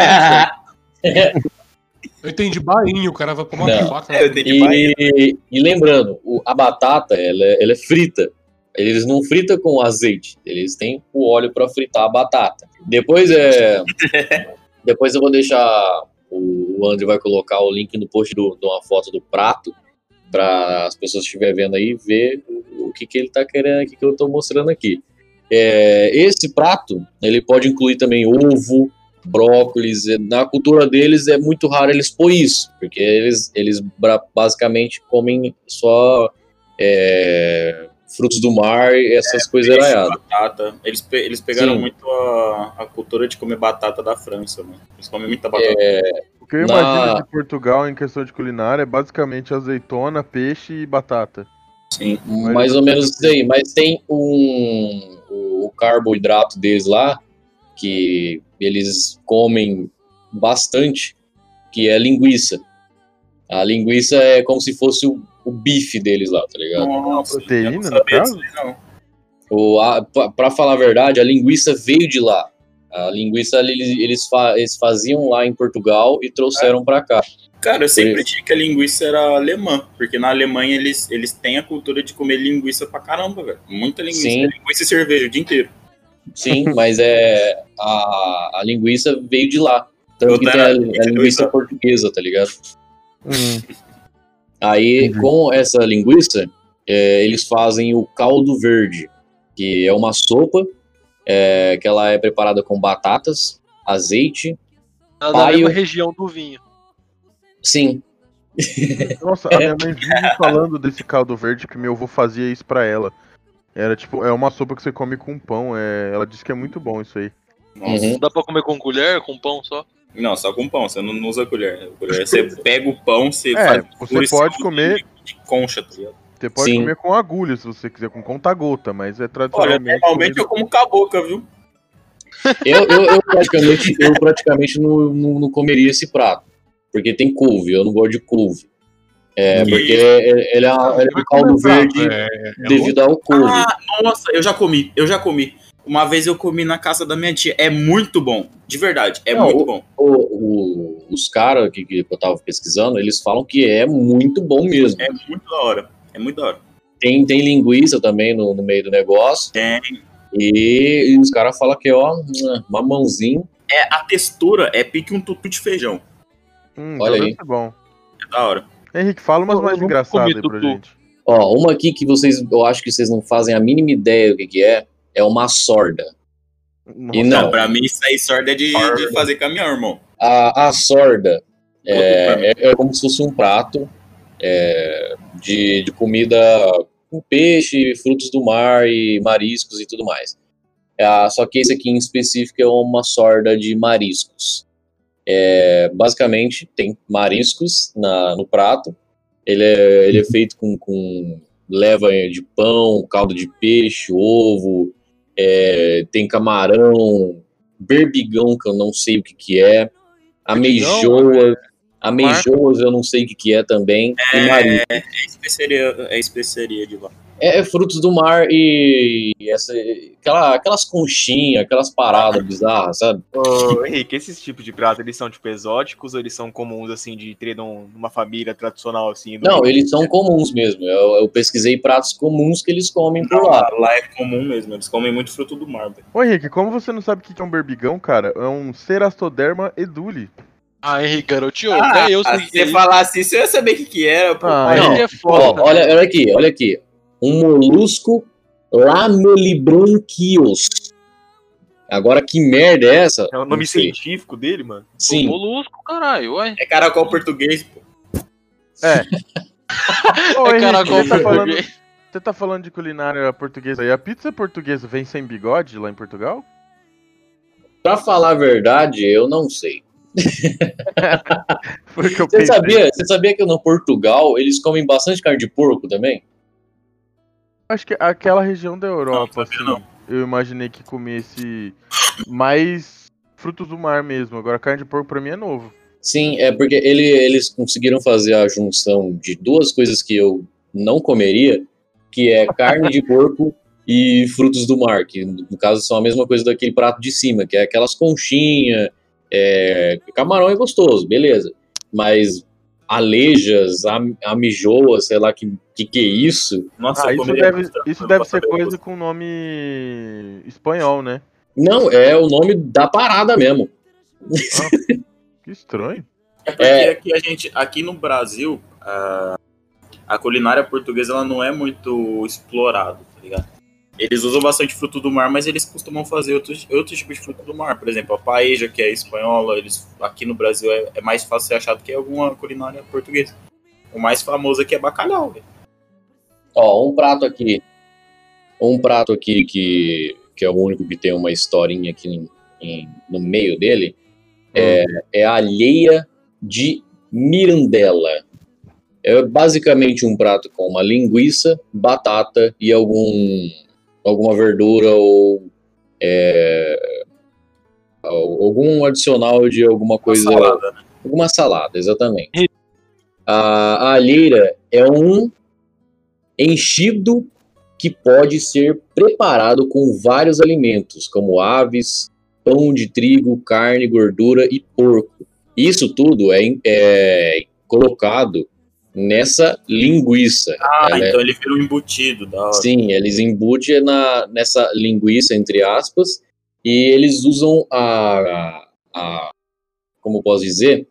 Eu entendi bainho, o cara vai pôr uma faca. Eu entendi bainha. E lembrando, a batata, ela é frita. Eles não fritam com azeite, eles têm o óleo para fritar a batata. Depois eu vou deixar, o André vai colocar o link no post de uma foto do prato, para as pessoas que estiverem vendo aí ver o que ele tá querendo aqui, que eu tô mostrando aqui. Esse prato, ele pode incluir também ovo, brócolis. Na cultura deles é muito raro eles pôr isso, porque eles basicamente comem só frutos do mar e essas coisas araiadas. Batata. Eles pegaram muito a cultura de comer batata da França, mano. Eles comem muita batata. O que eu imagino de Portugal em questão de culinária é basicamente azeitona, peixe e batata. Sim. Mais ou menos isso aí. Mas tem o carboidrato deles lá, que eles comem bastante, que é linguiça. A linguiça é como se fosse o bife deles lá, tá ligado? Nossa, proteína, no caso? Pra falar a verdade, a linguiça veio de lá. A linguiça eles faziam lá em Portugal e trouxeram pra cá. Cara, eu sempre achei que a linguiça era alemã, porque na Alemanha eles têm a cultura de comer linguiça pra caramba, velho. Muita linguiça. Sim. Linguiça e cerveja o dia inteiro. Sim, mas a linguiça veio de lá. Tanto que tem a linguiça portuguesa, tá ligado? Aí, com essa linguiça, eles fazem o caldo verde, que é uma sopa que ela é preparada com batatas, azeite, Ela da mesma região do vinho. Sim. Nossa, a minha mãe vive falando desse caldo verde que meu avô fazia isso pra ela. Era tipo, é uma sopa que você come com pão. Ela disse que é muito bom isso aí. Nossa. Não dá pra comer com colher, com pão só? Não, só com pão, você não usa colher. Você pega o pão, você você pode comer de concha, tá ligado? Você pode comer com agulha, se você quiser, com conta-gota, mas é tradicionalmente... Olha, normalmente eu como com a boca, viu? Eu praticamente não comeria esse prato, porque tem couve, eu não gosto de couve. Porque ele é um caldo verde devido ao couve. Nossa, eu já comi. Uma vez eu comi na casa da minha tia. É muito bom, de verdade, muito bom. Os caras que eu tava pesquisando, eles falam que é muito bom mesmo. É muito da hora. Tem linguiça também no meio do negócio. Tem. E os caras falam que, mamãozinho. A textura é pique um tutu de feijão. Olha aí. É bom. É da hora. Henrique, fala umas mais engraçadas aí pra gente. Uma aqui que eu acho que vocês não fazem a mínima ideia do que é uma sorda. Nossa. E não, Pra mim isso aí sorda é de fazer caminhão, irmão. A sorda é como se fosse um prato de comida com peixe, frutos do mar e mariscos e tudo mais. Só que esse aqui em específico é uma sorda de mariscos. Basicamente tem mariscos no prato. Ele é feito com leva de pão, caldo de peixe, ovo, tem camarão, berbigão, que eu não sei o que é, ameijoas eu não sei o que é também, e marisco. É especiaria de lá. Frutos do mar e aquelas conchinhas, aquelas paradas bizarras, sabe? Ô, Henrique, esses tipos de pratos, eles são tipo exóticos ou eles são comuns, assim, de ter numa família tradicional, assim? Não, eles são comuns mesmo. Eu pesquisei pratos comuns que eles comem por lá. Lá é comum mesmo, eles comem muito fruto do mar. Véio. Ô Henrique, como você não sabe o que é um berbigão, cara? É um Cerastoderma edule. Henrique, garotinho, se você falar assim, você ia saber o que era, pô. Ele é foda. Olha aqui. Um molusco Lamellibranchios. Agora, que merda é essa? É o nome científico dele, mano? Sim. Molusco, caralho, ué. É caracol português, pô. Ô, Henrique, caracol você você tá falando de culinária portuguesa e a pizza portuguesa vem sem bigode lá em Portugal? Pra falar a verdade, eu não sei. Foi o que eu Você pensei. sabia que no Portugal eles comem bastante carne de porco também? Acho que aquela região da Não, Europa, sabia assim, não. eu imaginei que comesse mais frutos do mar mesmo. Agora, carne de porco pra mim é novo. Sim, é porque eles conseguiram fazer a junção de duas coisas que eu não comeria, que é carne de porco e frutos do mar, que no caso são a mesma coisa daquele prato de cima, que é aquelas conchinhas, camarão é gostoso, beleza, mas alejas, amijoa, sei lá que é isso. Nossa, eu Isso comeria deve, bastante, isso mas deve pra ser saber o coisa gosto. com nome espanhol, né? Não, é o nome da parada mesmo. Que estranho. É porque aqui no Brasil, a culinária portuguesa ela não é muito explorada, tá ligado? Eles usam bastante fruto do mar, mas eles costumam fazer outros tipos de fruto do mar. Por exemplo, a paella, que é espanhola, aqui no Brasil é mais fácil ser achado que alguma culinária portuguesa. O mais famoso aqui é bacalhau, velho. Ó, um prato aqui que é o único que tem uma historinha aqui no meio dele, é a alheia de mirandela. É basicamente um prato com uma linguiça, batata e alguma verdura ou algum adicional de alguma coisa. Salada, né? Alguma salada, exatamente. A alheira é um enchido que pode ser preparado com vários alimentos, como aves, pão de trigo, carne, gordura e porco. Isso tudo é colocado nessa linguiça. Então ele vira um embutido, da hora. Sim, eles embutem nessa linguiça, entre aspas, e eles usam como posso dizer,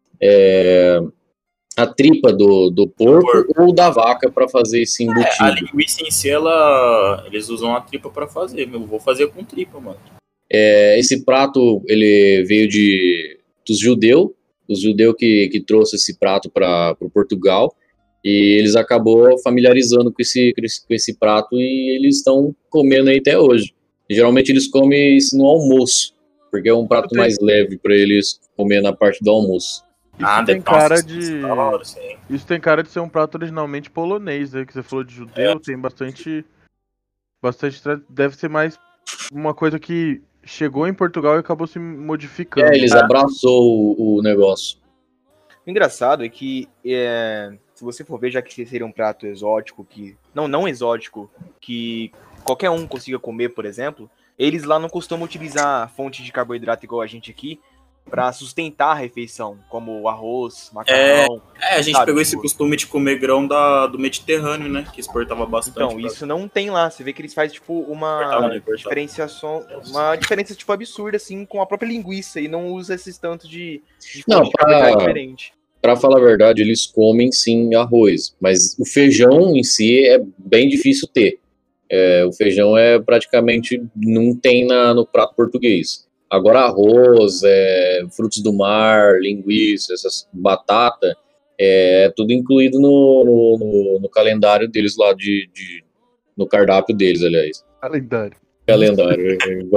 a tripa do porco ou da vaca para fazer esse embutido. A linguiça em si, eles usam a tripa pra fazer. Eu vou fazer com tripa, mano. Esse prato, ele veio dos judeus, os judeus que trouxe esse prato para Portugal, e eles acabou familiarizando com esse prato e eles estão comendo aí até hoje. E, geralmente eles comem isso no almoço, porque é um prato mais leve para eles comer na parte do almoço. Isso tem cara de ser um prato originalmente polonês, né? Que você falou de judeu, tem bastante. Deve ser mais uma coisa que chegou em Portugal e acabou se modificando. Eles abraçou o negócio. O engraçado é que, se você for ver, já que seria um prato exótico, não exótico, que qualquer um consiga comer, por exemplo, eles lá não costumam utilizar fonte de carboidrato igual a gente aqui para sustentar a refeição, como arroz, macarrão. A gente pegou esse costume de comer grão do Mediterrâneo, né? Que exportava bastante. Então, isso não tem lá. Você vê que eles fazem, tipo, uma diferenciação, uma diferença, tipo, absurda, assim, com a própria linguiça, e não usa esses tantos de carboidrato diferente. Pra falar a verdade, eles comem sim arroz, mas o feijão em si é bem difícil ter. O feijão praticamente não tem no prato português. Agora arroz, frutos do mar, linguiça, essas batata, tudo incluído no calendário deles lá, no cardápio deles, aliás. Calendário. Calendário.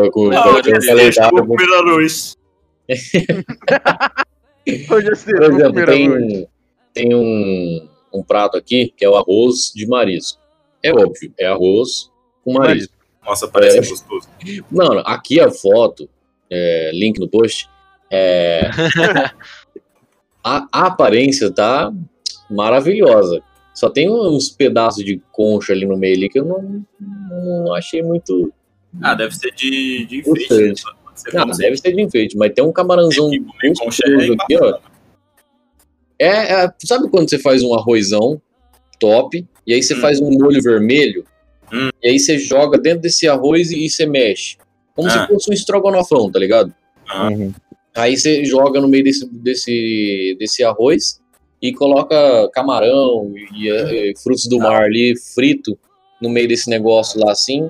Por exemplo, tem um prato aqui que é o arroz de marisco. É óbvio, é arroz com marisco. Nossa, parece gostoso. Não, aqui a foto, link no post, a aparência tá maravilhosa. Só tem uns pedaços de concha ali no meio ali que eu não achei muito... deve ser de enfeite. Deve ser de enfeite, mas tem um camarãozão gostoso aqui, ó. Sabe quando você faz um arrozão top, e aí você faz um molho vermelho, e aí você joga dentro desse arroz e você mexe. Como se fosse um estrogonofão, tá ligado? Aí você joga no meio desse arroz e coloca camarão e frutos do mar ali, frito, no meio desse negócio lá assim,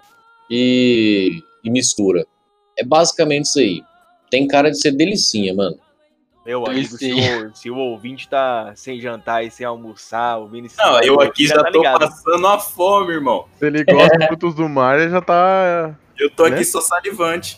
e mistura. É basicamente isso aí. Tem cara de ser delicinha, mano. Meu amigo, se o ouvinte tá sem jantar e sem almoçar, ouvindo esse Não, eu aqui já tá tô ligado. passando a fome, irmão. Se ele gosta de frutos do mar, ele já tá. Eu tô Né? aqui só salivante.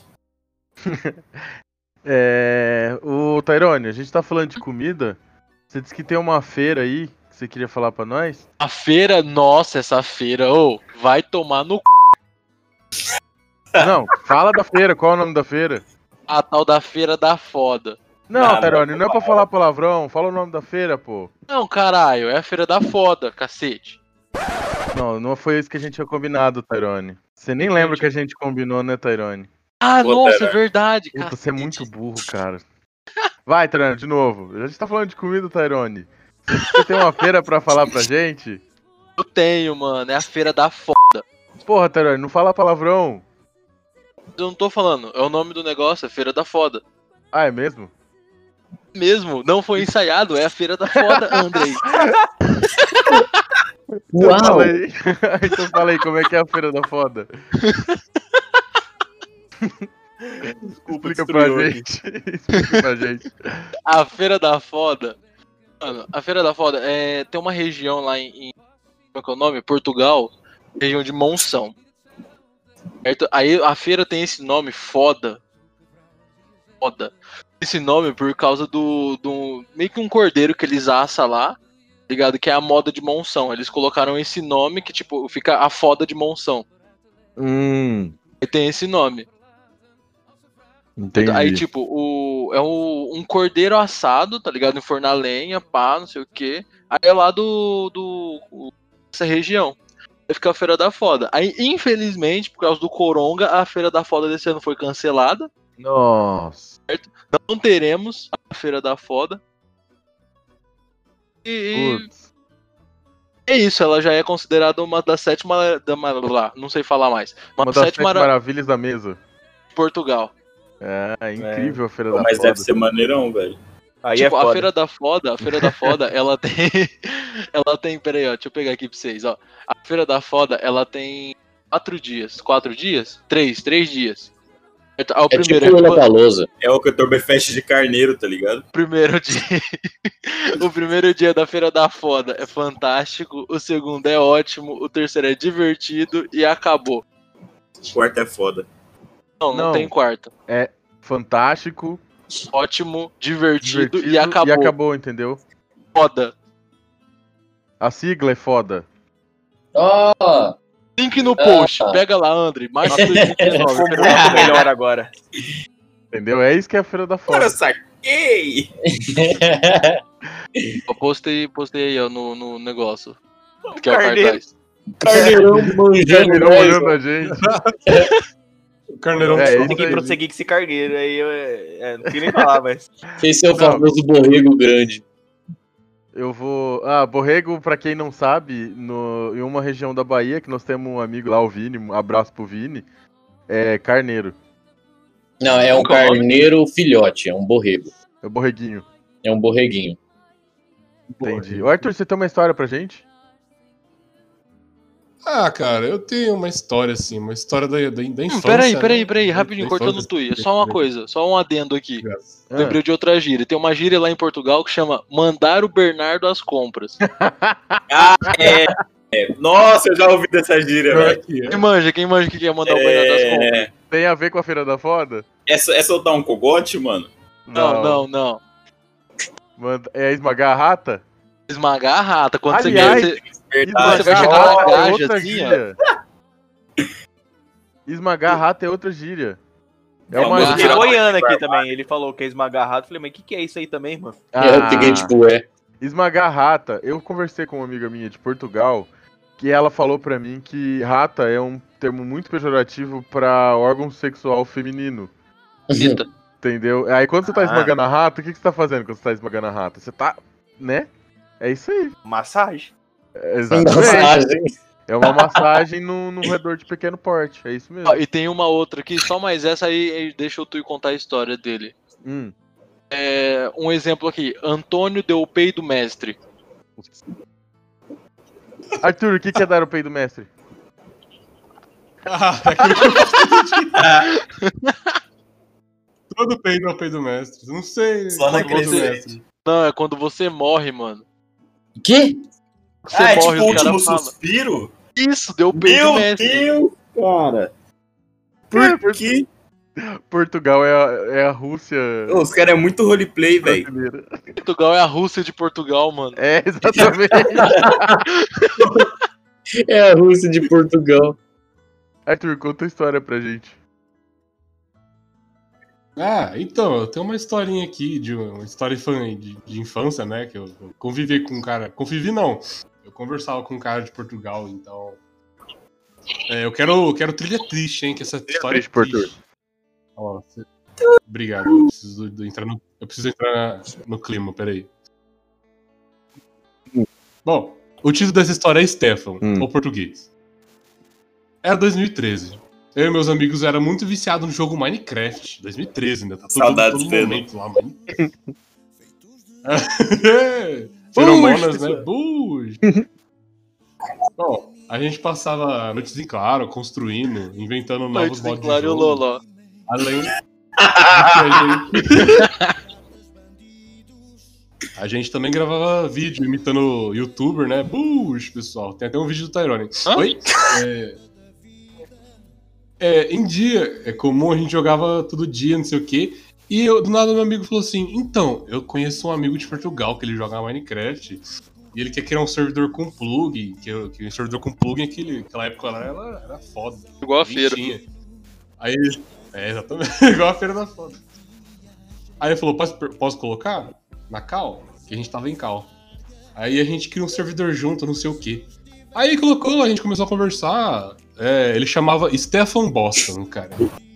O Tyrone, a gente tá falando de comida. Você disse que tem uma feira aí que você queria falar pra nós? A feira, nossa, essa feira, vai tomar no c... Não, fala da feira, qual é o nome da feira? A tal da feira da foda. Não, Ah, Tyrone, não é pra falar palavrão, fala o nome da feira, pô. Não, caralho, é a feira da foda, cacete. Não foi isso que a gente tinha combinado, Tyrone. Você nem lembra que a gente combinou, né, Tyrone? Ah, Pô, nossa, Tyrone. é verdade, Puta, cacete. você é muito burro, cara. Vai, Tyrone, de novo. A gente tá falando de comida, Tyrone. Você tem uma feira pra falar pra gente? Eu tenho, mano, é a feira da foda. Porra, Tyrone, não fala palavrão. Eu não tô falando, é o nome do negócio, é feira da foda. Ah, é mesmo? Mesmo, não foi ensaiado, é a feira da foda, Andrei. Então Uau! fala aí. Então fala aí, como é que é a feira da foda? Desculpa, Explica pra destruiu aqui. gente. Explica pra gente. A feira da foda. Mano, a feira da foda tem uma região lá como é que é o nome? Portugal, região de Monção. Certo? Aí a feira tem esse nome foda. Foda. Esse nome por causa do meio que um cordeiro que eles assam lá, ligado? Que é a moda de Monção. Eles colocaram esse nome que tipo fica a foda de Monção. Aí tem esse nome. Entendi. Aí, tipo, um cordeiro assado, tá ligado? Em forno a lenha, pá, não sei o que. Aí é lá dessa região. Aí fica a Feira da Foda. Aí, infelizmente, por causa do Coronga, a Feira da Foda desse ano foi cancelada. Nossa. Não teremos a Feira da Foda. E Putz. é isso, ela já é considerada uma das 7 não sei falar mais. Uma das 7 maravilhas da mesa. de Portugal. É incrível a feira Pô, da mas foda. deve ser maneirão, velho. Aí Tipo, é a foda. Feira da Foda, ela tem. Ela tem. Peraí, ó, deixa eu pegar aqui pra vocês, ó. A Feira da Foda, ela tem 4 dias. 4 dias? 3 dias. O É primeiro, tipo Lollapalooza. É o Oktoberfest de carneiro, tá ligado? primeiro dia. O primeiro dia da Feira da Foda é fantástico. O segundo é ótimo. O terceiro é divertido e acabou. Quarto é foda. Não tem quarto. É fantástico, Ótimo, divertido divertido e acabou. entendeu? Foda. A sigla é foda. Ó! Link no post. Pega lá, André. Março de 2019. Ficou muito melhor agora. Entendeu? É isso que é a feira da Agora foda. eu saquei! Eu postei aí, ó, no negócio. Que é o Carneiro. cartaz. Carneirão manjando Carneirão nós, olhando ó. a gente. O Carneirão É, só. isso Tem que aí. prosseguir com esse cargueiro aí. Não tem nem falar, mas. Fez seu Não. famoso borrego grande. Eu vou. Borrego, pra quem não sabe, em uma região da Bahia, que nós temos um amigo lá, o Vini, um abraço pro Vini, é carneiro. Não, é um Qual é o nome? carneiro filhote, é um borrego. É o borreguinho. É um borreguinho. Entendi. Ô, Arthur, você tem uma história pra gente? Ah, cara, eu tenho uma história, assim, uma história da infância. Peraí, né? rapidinho, Da cortando infância. tu aí. Só uma coisa, só um adendo aqui. Ah. Lembrei de outra gíria. Tem uma gíria lá em Portugal que chama mandar o Bernardo às compras. Nossa, eu já ouvi dessa gíria, Pior velho. que é. Quem manja o que é mandar o Bernardo às compras? Tem a ver com a feira da foda? É soltar um cogote, mano? Não. É esmagar a rata? Esmagar a rata. Quando Aliás, você Verdade. Você vai chegar Esmagar na a rata gaja, é outra assim, ó. gíria. Esmagar a rata é outra gíria. É É uma uma Mas gíria. o gíria. Goiano aqui também, ele falou que é esmagar rato. Falei, mas o que é isso aí também, mano? Eu fiquei tipo, Esmagar rata. Eu conversei com uma amiga minha de Portugal que ela falou pra mim que rata é um termo muito pejorativo pra órgão sexual feminino. Cita. Entendeu? Aí quando você tá Ah. esmagando a rata, o que você tá fazendo quando você tá esmagando a rata? Você tá, né? É isso aí. Massagem. Exatamente. massagem. É uma massagem num roedor de pequeno porte. É isso mesmo. Ó, e tem uma outra aqui, só mais essa aí, deixa eu tu contar a história dele. Um exemplo aqui, Antônio deu o peido mestre. Arthur, o que é dar o peido mestre? Ah, é aquilo que eu Quando peido é o peido mestre? Não sei. Só na quando volta o crescente. mestre. Não, é quando você morre, mano. Que? Você É morre, tipo o os caras último falam. suspiro? Isso, deu peido Meu mestre. Deus, cara. Por quê? Portugal é a Rússia Ô, os caras é muito roleplay, velho. brasileira. Portugal é a Rússia de Portugal, mano. É, exatamente. É a Rússia de Portugal. Arthur, conta a história pra gente. Ah, então, eu tenho uma historinha aqui, de uma história de infância, né? Que eu convivi com um cara. Convivi não. Eu conversava com um cara de Portugal, então. Eu quero trilha triste, hein? Que essa história triste, é triste. Portugal. Ó, obrigado. Eu preciso entrar no clima, peraí. Bom, o título dessa história é Stefan, ou português. Era 2013. Eu e meus amigos eram muito viciados no jogo Minecraft. 2013, ainda tá Saudades, todo Pedro. momento lá, mano. Feromonas, né? Bush. Bom, a gente passava noites em claro, construindo, inventando novos Noites em modos de claro e o jogo. Loló. Além de que a gente também gravava vídeo imitando youtuber, né? Bush, pessoal. Tem até um vídeo do Tyrone. Hã? Oi? Em dia, é comum a gente jogava todo dia, não sei o quê. E do nada meu amigo falou assim: então, eu conheço um amigo de Portugal que ele joga Minecraft. E ele quer criar um servidor com plug. Que o servidor com plug naquela época lá era foda. Igual a Nem feira. tinha. Aí, exatamente, igual a feira da foda. Aí ele falou: posso colocar? Na Cal? Que a gente tava em Cal. Aí a gente criou um servidor junto, não sei o quê. Aí ele colocou, a gente começou a conversar. Ele chamava Stefan Boston, cara.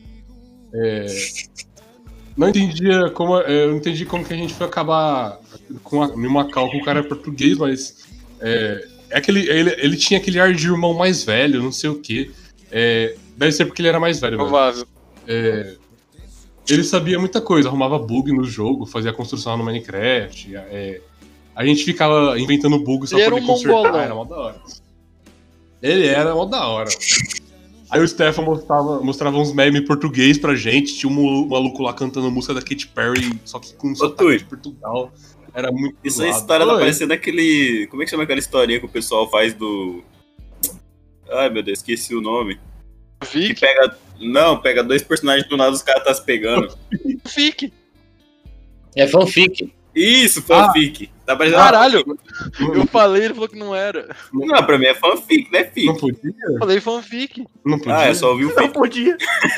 Eu não entendi como que a gente foi acabar numa cal com o cara português, mas ele tinha aquele ar de irmão mais velho, não sei o quê. Deve ser porque ele era mais velho, né? Provável. Ele sabia muita coisa, arrumava bug no jogo, fazia construção no Minecraft. A gente ficava inventando bugs só Ele pra era ele um consertar, mongolão. era mó da hora. Ele era mó da hora. Aí o Stefan mostrava uns memes em português pra gente, tinha um maluco lá cantando música da Katy Perry, só que com sotaque de Portugal. Era muito Isso aí, zoado. história tá Oi. parecendo aquele... Como é que chama aquela historinha que o pessoal faz do... Ai, meu Deus, esqueci o nome. Que Fique. pega dois personagens do nada, os caras tá se pegando. Fique. É fanfic. Isso, fanfic. Tá parecendo... Caralho. Eu falei, ele falou que não era. Não, pra mim é fanfic, não é fic. Não podia? Eu falei fanfic. Não podia? Ah, eu só ouvi o Não fic. podia.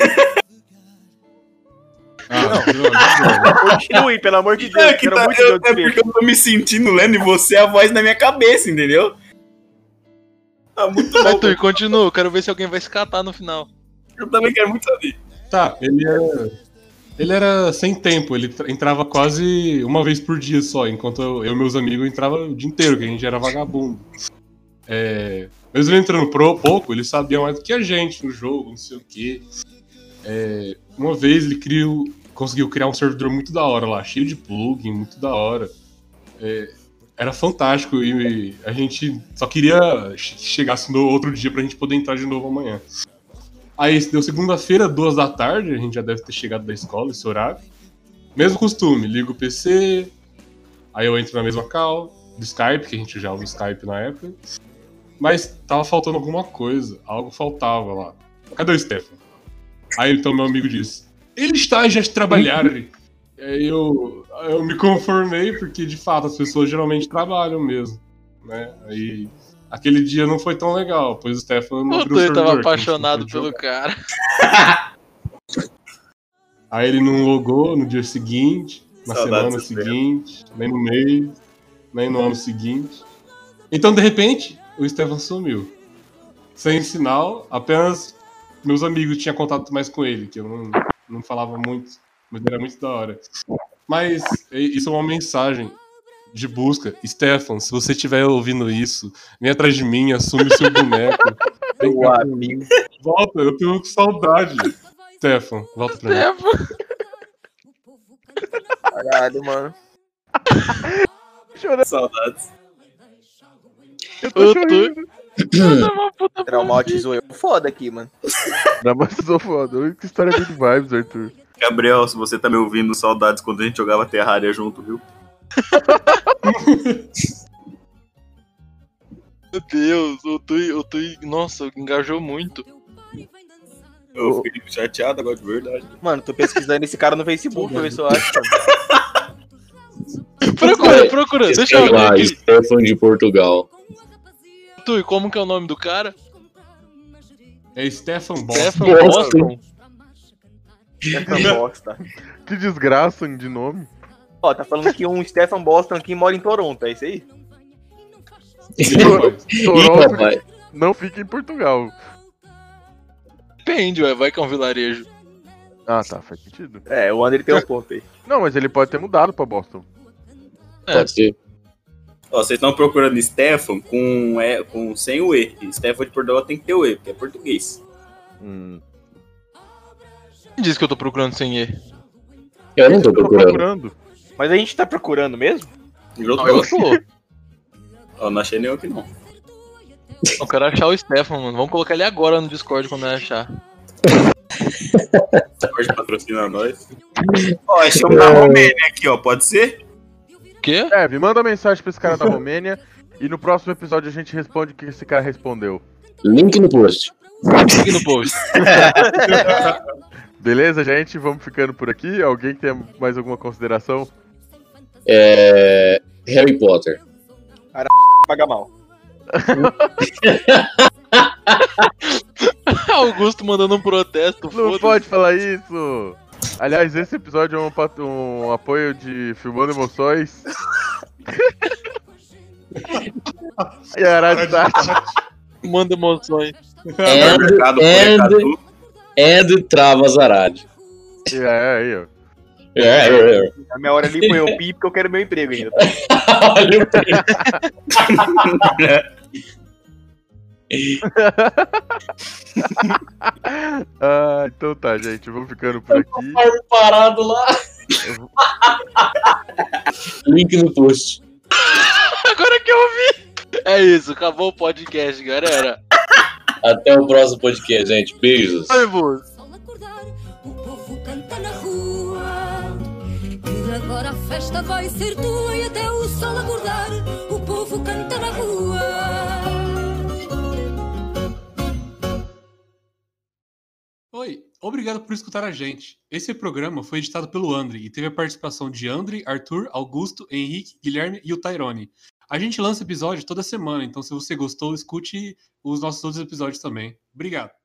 Não. Continue, pelo amor de Deus. É, que Quero tá, muito ver o porque desfecho. eu tô me sentindo lendo e você é a voz na minha cabeça, entendeu? Tá muito bom. Arthur, continua. Eu quero ver se alguém vai se catar no final. Eu também quero muito saber. Tá, ele era sem tempo, ele entrava quase uma vez por dia só, enquanto eu e meus amigos entrava o dia inteiro, que a gente era vagabundo. Mesmo ele entrando pouco, ele sabia mais do que a gente no jogo, não sei o quê. Uma vez ele conseguiu criar um servidor muito da hora lá, cheio de plugin, muito da hora. Era fantástico e a gente só queria que chegasse no outro dia pra gente poder entrar de novo amanhã. Aí deu segunda-feira, 2 da tarde, a gente já deve ter chegado da escola, esse horário. Mesmo costume, ligo o PC, aí eu entro na mesma call, do Skype, que a gente já usa o Skype na época. Mas tava faltando alguma coisa, algo faltava lá. Cadê o Stefan? Aí então meu amigo disse, ele está já trabalhando. Aí eu me conformei, porque de fato as pessoas geralmente trabalham mesmo, né? Aí aquele dia não foi tão legal, pois o Stefan não abriu o Puta, servidor, eu tava que a gente não apaixonado pôde pelo jogar. cara. Aí ele não logou no dia seguinte, na Saudades semana do seguinte, nem no mês, nem no ano seguinte. Então, de repente, o Stefan sumiu. Sem sinal, apenas meus amigos tinham contato mais com ele, que eu não falava muito, mas era muito da hora. Mas isso é uma mensagem de busca. Stefan, se você estiver ouvindo isso, vem atrás de mim, assume o seu boneco. Vem cá pra mim. Volta, eu tenho saudade. Stefan, volta pra mim. Caralho, mano. Chorando. Saudades. Eu tô chorando. Traumatizou eu. Foda aqui, mano. Não, mas eu sou foda. Olha que história good vibes, Arthur. Gabriel, se você tá me ouvindo, saudades quando a gente jogava Terraria junto, viu? Meu Deus, o Tui, nossa, engajou muito. Eu fiquei chateado agora, de verdade. Mano, tô pesquisando esse cara no Facebook pra ver se eu acho. Procura, deixa Sei eu ver lá, aqui. Stefan de Portugal. Tui, como que é o nome do cara? É Stefan Boston. Stefan Boston. Boston. Stefan Boston. Que desgraça de nome. Ó, tá falando que um Stefan Boston aqui mora em Toronto, é isso aí? Ih, Toronto rapaz. não fica em Portugal. Depende, ué, vai que é um vilarejo. Ah, tá, faz sentido. É, o André tem um ponto aí. Não, mas ele pode ter mudado pra Boston. Pode ser. Ó, vocês estão procurando Stefan sem o E. E Stefan de Portugal tem que ter o E, porque é português. Quem disse que eu tô procurando sem E? Eu não tô Eu tô procurando. Mas a gente tá procurando mesmo? Eu Não, eu tô. Ó, não achei nenhum aqui não. Eu quero achar o Stefan, mano. Vamos colocar ele agora no Discord quando eu achar. Pode patrocinar nós. Ó, achei um da Romênia aqui, ó. Pode ser? O quê? Me manda mensagem pra esse cara da Romênia e no próximo episódio a gente responde o que esse cara respondeu. Link no post. Aqui no post. Beleza, gente? Vamos ficando por aqui. Alguém tem mais alguma consideração? Harry Potter. Paga mal. Augusto mandando um protesto. Não Foda-se. pode falar isso! Aliás, esse episódio é um apoio de Filmando Emoções. E a Arad tá. Manda emoções. Mercado And Travas Arad. Aí, ó. A minha hora ali foi eu pi porque eu quero meu emprego ainda. Olha o primo. Então tá, gente. Vamos ficando por aqui. Parado lá. Link no post. Agora que eu vi. É isso, acabou o podcast, galera. Até o próximo podcast, gente. Beijos. Ai, moço. Sol acordar, o povo canta na rua. E agora a festa vai ser tua. E até o sol acordar, o povo canta na rua. Oi, obrigado por escutar a gente. Esse programa foi editado pelo André e teve a participação de André, Arthur, Augusto, Henrique, Guilherme e o Tyrone. A gente lança episódio toda semana, então se você gostou, escute os nossos outros episódios também. Obrigado.